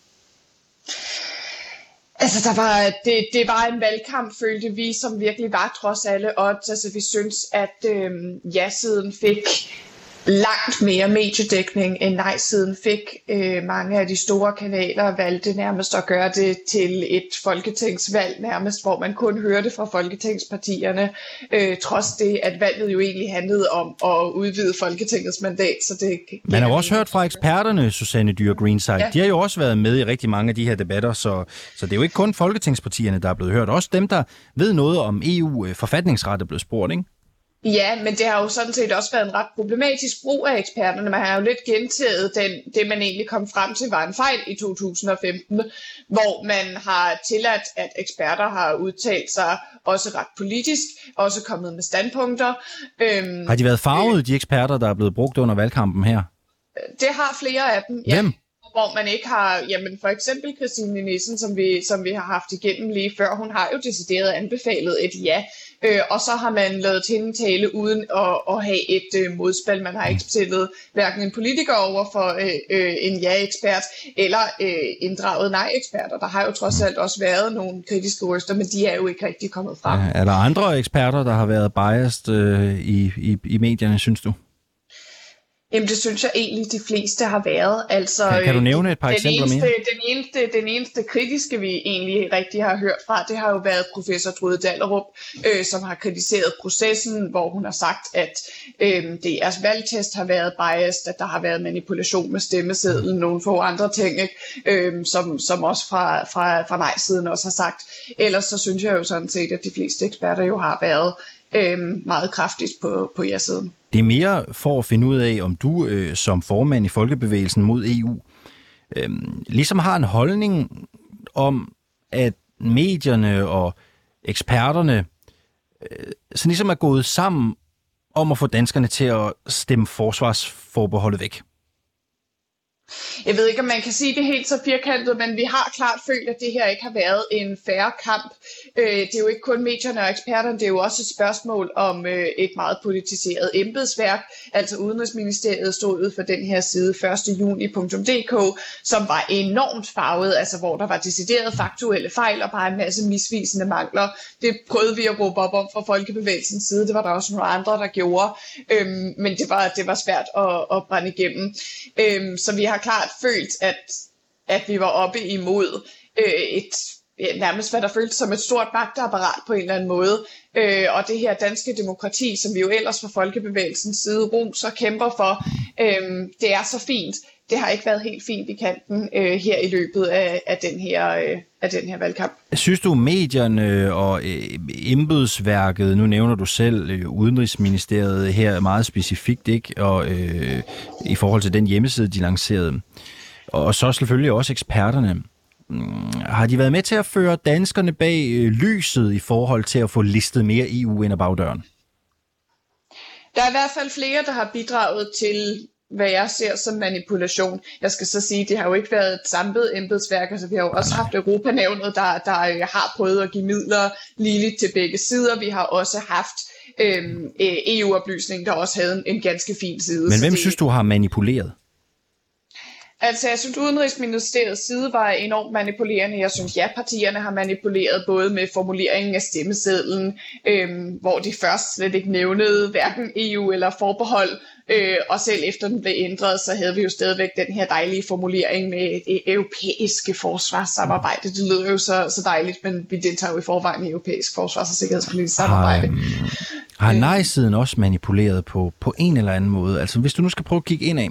Speaker 15: Altså, det var en valgkamp, følte vi, som virkelig var trods alle odds. Altså, vi synes, at ja-siden fik langt mere mediedækning, end nej-siden fik. Mange af de store kanaler valgte nærmest at gøre det til et folketingsvalg, nærmest, hvor man kun hørte fra folketingspartierne, trods det, at valget jo egentlig handlede om at udvide Folketingets mandat. Så det
Speaker 1: man har jo også hørt fra eksperterne, Susanne Dyhr Greenside. Ja. De har jo også været med i rigtig mange af de her debatter, så det er jo ikke kun folketingspartierne, der er blevet hørt. Også dem, der ved noget om EU-forfatningsret er blevet spurgt, ikke?
Speaker 15: Ja, men det har jo sådan set også været en ret problematisk brug af eksperterne. Man har jo lidt gentaget det, man egentlig kom frem til, var en fejl i 2015, hvor man har tilladt, at eksperter har udtalt sig også ret politisk, også kommet med standpunkter.
Speaker 1: Har de været farvet, de eksperter, der er blevet brugt under valgkampen her?
Speaker 15: Det har flere af dem,
Speaker 1: ja. Hvem?
Speaker 15: hvor man ikke har, jamen for eksempel Christine Nissen, som vi har haft igennem lige før, hun har jo decideret anbefalet et ja, og så har man lavet hende tale uden at have et modspil. Man har ikke stillet hverken en politiker over for en ja-ekspert, eller inddraget nej-eksperter. Der har jo trods alt også været nogle kritiske røster, men de er jo ikke rigtig kommet frem.
Speaker 1: Er der andre eksperter, der har været biased i medierne, synes du?
Speaker 15: Jamen, det synes jeg egentlig, de fleste har været. Altså,
Speaker 1: kan du nævne et par eksempler mere?
Speaker 15: Den eneste kritiske, vi egentlig rigtig har hørt fra, det har jo været professor Trude Dallerup, som har kritiseret processen, hvor hun har sagt, at DR's valgtest har været biased, at der har været manipulation med stemmesedlen, nogle få andre ting, som også fra nej-siden også har sagt. Ellers så synes jeg jo sådan set, at de fleste eksperter jo har været meget kraftigt på ja-siden.
Speaker 1: Det er mere for at finde ud af, om du som formand i Folkebevægelsen mod EU ligesom har en holdning om, at medierne og eksperterne så ligesom er gået sammen om at få danskerne til at stemme forsvarsforbeholdet væk.
Speaker 15: Jeg ved ikke, om man kan sige det helt så firkantet, men vi har klart følt, at det her ikke har været en fair kamp. Det er jo ikke kun medierne og eksperterne, det er jo også et spørgsmål om et meget politiseret embedsværk. Altså Udenrigsministeriet stod ud for den her side 1juni.dk, som var enormt farvet, altså hvor der var decideret faktuelle fejl og bare en masse misvisende mangler. Det prøvede vi at råbe op om fra Folkebevægelsens side, det var der også nogle andre, der gjorde, men det var svært at brænde igennem. Så vi har klart følt, at vi var oppe imod nærmest hvad der føltes som et stort magtapparat på en eller anden måde. Og det her danske demokrati, som vi jo ellers fra Folkebevægelsens side roser og kæmper for, det er så fint. Det har ikke været helt fint i kanten her i løbet af den her valgkamp.
Speaker 1: Synes du, medierne og embedsværket, nu nævner du selv Udenrigsministeriet her meget specifikt, ikke? Og i forhold til den hjemmeside, de lancerede, og så selvfølgelig også eksperterne, har de været med til at føre danskerne bag lyset i forhold til at få listet mere EU ind ad bagdøren?
Speaker 15: Der er i hvert fald flere, der har bidraget til, hvad jeg ser som manipulation. Jeg skal så sige, det har jo ikke været et samlet embedsværk, altså vi har jo også haft Europanævnet, der har prøvet at give midler ligeligt til begge sider. Vi har også haft EU-oplysning, der også havde en ganske fin side.
Speaker 1: Men hvem synes du har manipuleret?
Speaker 15: Altså, jeg synes, Udenrigsministeriets side var enormt manipulerende. Jeg synes, ja-partierne har manipuleret både med formuleringen af stemmesedlen, hvor de først slet ikke nævnede hverken EU eller forbehold, og selv efter den blev ændret, så havde vi jo stadigvæk den her dejlige formulering med det europæiske forsvarssamarbejde. Det lyder jo så dejligt, men vi deltager jo i forvejen i europæisk forsvars- og sikkerhedspolitisk samarbejde.
Speaker 1: Har nej-siden også manipuleret på en eller anden måde? Altså, hvis du nu skal prøve at kigge ind af.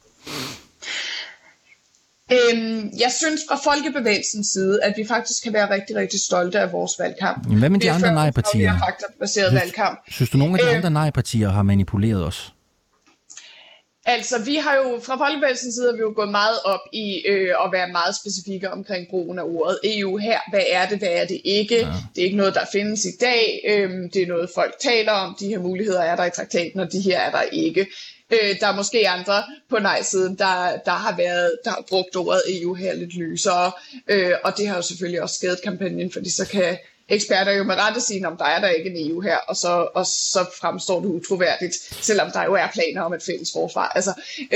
Speaker 15: Jeg synes fra Folkebevægelsens side, at vi faktisk kan være rigtig, rigtig stolte af vores valgkamp.
Speaker 1: Men hvad med de andre nej-partier?
Speaker 15: Vi har faktabaseret valgkamp.
Speaker 1: Synes du, nogle af de andre nej-partier har manipuleret os?
Speaker 15: Altså, vi har jo fra Folkebevægelsens side vi jo gået meget op i at være meget specifikke omkring brugen af ordet EU her. Hvad er det ikke? Ja. Det er ikke noget, der findes i dag. Det er noget, folk taler om. De her muligheder er der i traktaten, og de her er der ikke. Der er måske andre på nej-siden, der har brugt ordet EU her lidt lysere, og det har jo selvfølgelig også skadet kampagnen, fordi så kan eksperter jo med rette sige, om der er der ikke en EU her, og så fremstår det utroværdigt, selvom der jo er planer om et fælles forsvar. Altså,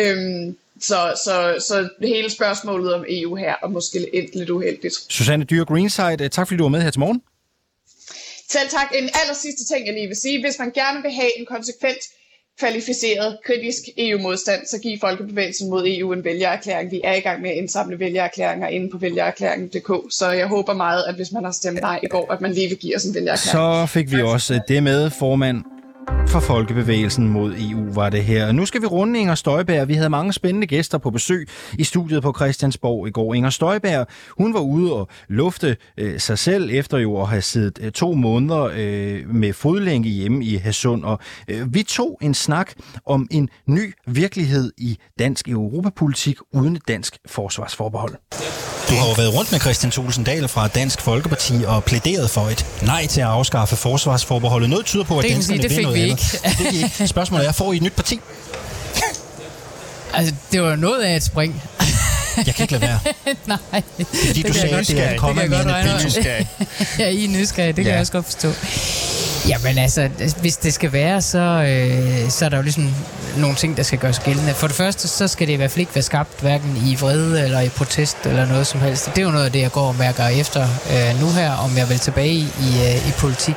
Speaker 15: så hele spørgsmålet om EU her er måske endt lidt uheldigt.
Speaker 1: Susanne Dyhr Greenside, tak fordi du var med her til morgen.
Speaker 15: Selv tak. En aller sidste ting, jeg lige vil sige. Hvis man gerne vil have en konsekvent kvalificeret, kritisk EU-modstand, så giv Folkebevægelsen mod EU en vælgererklæring. Vi er i gang med at indsamle vælgererklæringer inde på vælgererklæringen.dk, så jeg håber meget, at hvis man har stemt nej i går, at man lige vil give os en vælgererklæring.
Speaker 1: Så fik vi også det med, formand for Folkebevægelsen mod EU var det her. Nu skal vi runde Inger Støjberg. Vi havde mange spændende gæster på besøg i studiet på Christiansborg i går. Inger Støjberg, hun var ude og lufte sig selv efter jo at have siddet 2 måneder med fodlænke hjemme i Hadsund. Og vi tog en snak om en ny virkelighed i dansk europapolitik uden et dansk forsvarsforbehold.
Speaker 16: Du har jo været rundt med Kristian Thulesen Dahl fra Dansk Folkeparti og plæderet for et nej til at afskaffe forsvarsforbeholdet. Noget tyder på, at danskerne vil noget andet. Det fik vi ikke. Spørgsmålet er, får I et nyt parti?
Speaker 17: Altså, det var noget af et spring.
Speaker 16: Jeg kan ikke lade være.
Speaker 11: Nej.
Speaker 16: Fordi du sagde, at det er kommet mere end et
Speaker 3: nysgerrig.
Speaker 11: Ja, I er nysgerrig, det kan jeg også godt forstå. Jamen altså, hvis det skal være, så er der jo ligesom nogle ting, der skal gøres gældende. For det første, så skal det i hvert fald ikke være skabt hverken i vrede eller i protest eller noget som helst. Det er jo noget af det, jeg går og mærker efter nu her, om jeg vil tilbage i politik.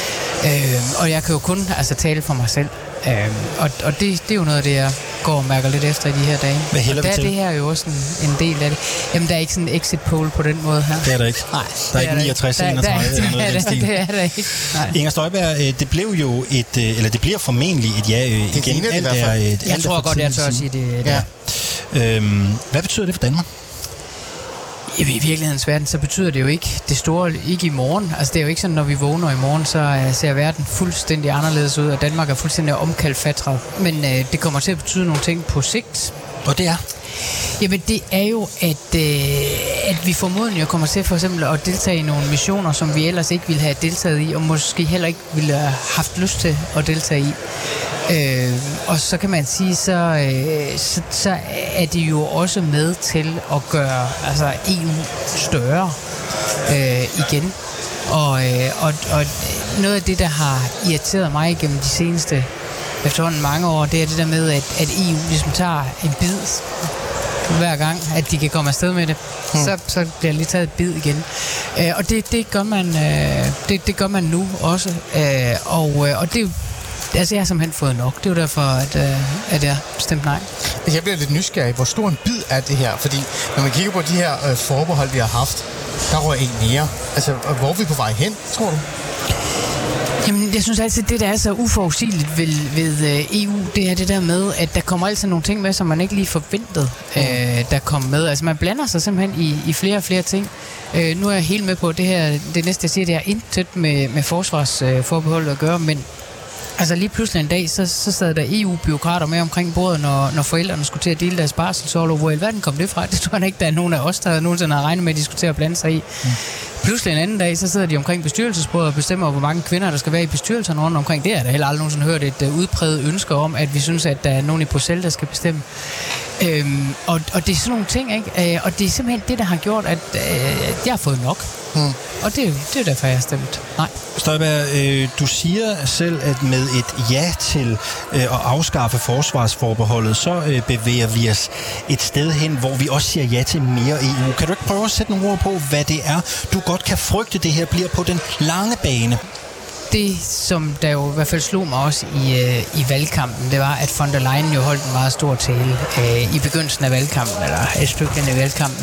Speaker 11: Og jeg kan jo kun tale for mig selv. Og det er jo noget af det, jeg går og mærker lidt efter i de her dage.
Speaker 16: Hvad hælder vi til?
Speaker 11: Det her er jo også en del af det. Jamen, der er ikke sådan en exit poll på den måde her.
Speaker 16: Det er der ikke.
Speaker 11: Nej.
Speaker 16: Der er ikke 69, 31 eller noget i den stil.
Speaker 11: Det er der ikke. Nej.
Speaker 16: Inger Støjberg, det blev jo det bliver formentlig et ja igen.
Speaker 11: Det
Speaker 16: alt er,
Speaker 11: jeg tror godt, jeg tør at sige det.
Speaker 16: Ja. Hvad betyder det for Danmark?
Speaker 11: I virkelighedens verden, så betyder det jo ikke det store, ikke i morgen. Altså det er jo ikke sådan, når vi vågner i morgen, så ser verden fuldstændig anderledes ud, og Danmark er fuldstændig omkalfatret. Men det kommer til at betyde nogle ting på sigt.
Speaker 16: Og det er?
Speaker 11: Jamen det er jo, at vi formodentlig kommer til for eksempel at deltage i nogle missioner, som vi ellers ikke ville have deltaget i, og måske heller ikke ville have haft lyst til at deltage i. Og så kan man sige, så er det jo også med til at gøre EU større igen. Og noget af det, der har irriteret mig gennem de seneste efterhånden mange år, det er det der med, at EU ligesom tager en bid hver gang, at de kan komme afsted med det. Så bliver lige taget et bid igen. Og det gør man det gør man nu også. Og det er jo jeg har simpelthen fået nok. Det er jo derfor, at jeg stemte nej.
Speaker 17: Jeg bliver lidt nysgerrig. Hvor stor en bid er det her? Fordi når man kigger på de her forbehold, vi har haft, der rører en mere. Altså, hvor er vi på vej hen, tror du?
Speaker 11: Jamen, jeg synes altid, det der er så uforudsigeligt ved EU, det er det der med, at der kommer altid nogle ting med, som man ikke lige forventede, der kommer med. Altså, man blander sig simpelthen i flere og flere ting. Nu er jeg helt med på, at det næste, jeg siger, det er intet med forsvarsforbeholdet at gøre, men altså lige pludselig en dag, så sad der EU-bureaukrater med omkring bordet, når forældrene skulle til at dele deres barselsorlov. Hvor i verden kom det fra? Det tror jeg ikke, der er nogen af os, der nogensinde har regnet med at diskutere at blande sig i. Pludselig en anden dag, så sidder de omkring bestyrelsesbordet og bestemmer, hvor mange kvinder, der skal være i bestyrelserne rundt omkring. Det er der heller aldrig nogensinde hørt et udpræget ønske om, at vi synes, at der er nogen i Bruxelles, der skal bestemme. Og det er sådan nogle ting, ikke? Og det er simpelthen det, der har gjort, at jeg har fået nok. Og det er derfor, jeg har stemt nej.
Speaker 16: Støjberg, du siger selv, at med et ja til at afskaffe forsvarsforbeholdet, så bevæger vi os et sted hen, hvor vi også siger ja til mere EU. Kan du ikke prøve at sætte nogle ord på, hvad det er, du godt kan frygte, det her bliver på den lange bane?
Speaker 11: Det, som der jo i hvert fald slog mig også i valgkampen, det var, at von der Leyen jo holdt en meget stor tale i begyndelsen af valgkampen, eller et stykke ind i valgkampen.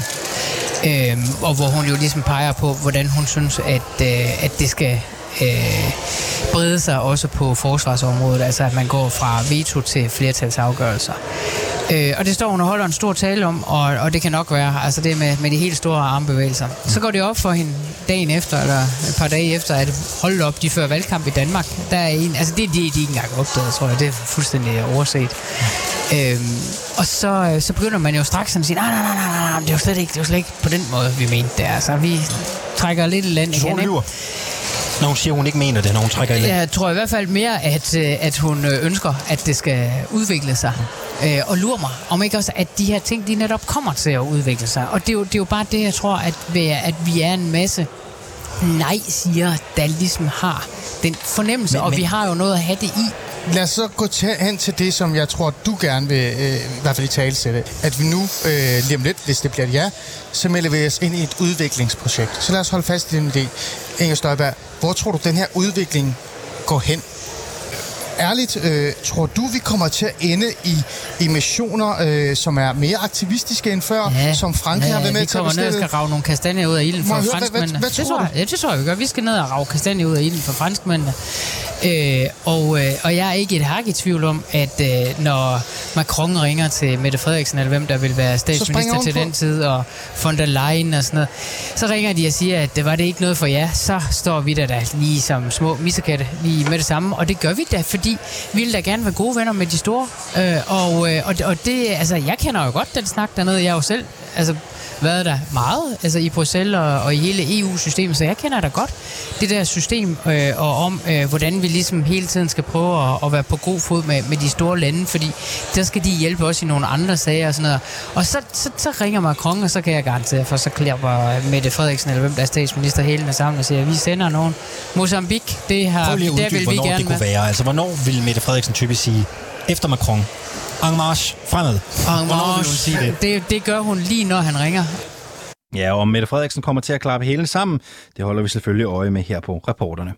Speaker 11: Og hvor hun jo ligesom peger på, hvordan hun synes, at det skal brede sig også på forsvarsområdet, altså at man går fra veto til flertalsafgørelser. Og det står hun og holder en stor tale om, og det kan nok være, altså det med de helt store armbevægelser. Så går det op for hende dagen efter, eller et par dage efter, at holde op, de fører valgkamp i Danmark. Der er en, altså det er de ikke engang opdaget, tror jeg, det er fuldstændig overset. Og så begynder man jo straks at sige, nej, det var slet ikke på den måde, vi mente det. Altså, vi trækker lidt land igen, ikke?
Speaker 16: Når hun siger, hun ikke mener det, når hun trækker i land.
Speaker 11: Jeg tror i hvert fald mere, at hun ønsker, at det skal udvikle sig. Og lurer mig, om ikke også, at de her ting, de netop kommer til at udvikle sig. Og det er jo bare det, jeg tror, at vi er en masse nej-siger, der ligesom har den fornemmelse, og vi har jo noget at have det i.
Speaker 17: Lad os så gå hen til det, som jeg tror, du gerne vil, i hvert fald i talesætte. At vi nu, lige om lidt, hvis det bliver et ja, så melder vi os ind i et udviklingsprojekt. Så lad os holde fast i den idé. Inger Støjberg, hvor tror du, den her udvikling går hen? Ærligt, tror du, vi kommer til at ende i missioner, som er mere aktivistiske end før, som Frankrig har været med til at bestille?
Speaker 11: Vi kommer ned og skal rave nogle kastanjer ud af ilden for franskmændene.
Speaker 17: Hvad tror du?
Speaker 11: Det tror jeg, vi gør. Vi skal ned og rave kastanjer ud af ilden for franskmændene. Og jeg er ikke et hak i tvivl om, at når Macron ringer til Mette Frederiksen, eller hvem der vil være statsminister til den tid, og von der Leyen og sådan noget, så ringer de og siger, at det var det ikke noget for jer, så står vi der lige som små missekatte lige med det samme, og det gør vi da, fordi vi vil da gerne være gode venner med de store, og det, altså, jeg kender jo godt den snak dernede, jeg er jo selv, altså, været der meget, altså i Bruxelles og i hele EU-systemet, så jeg kender da godt det der system, og om hvordan vi ligesom hele tiden skal prøve at være på god fod med de store lande, fordi der skal de hjælpe os i nogle andre sager og sådan noget. Og så ringer Macron, og så kan jeg garantere, for så klapper Mette Frederiksen, eller hvem der er statsminister, hælene sammen og siger, at vi sender nogen. Mozambique, det har
Speaker 16: Prøv lige at uddybe, hvornår det kunne være. Altså, hvornår vil Mette Frederiksen typisk sige, efter Macron, en marche, fremad? Hvornår vil hun sige det?
Speaker 11: Det gør hun lige, når han ringer.
Speaker 1: Ja, og Mette Frederiksen kommer til at klappe hele sammen. Det holder vi selvfølgelig øje med her på Reporterne.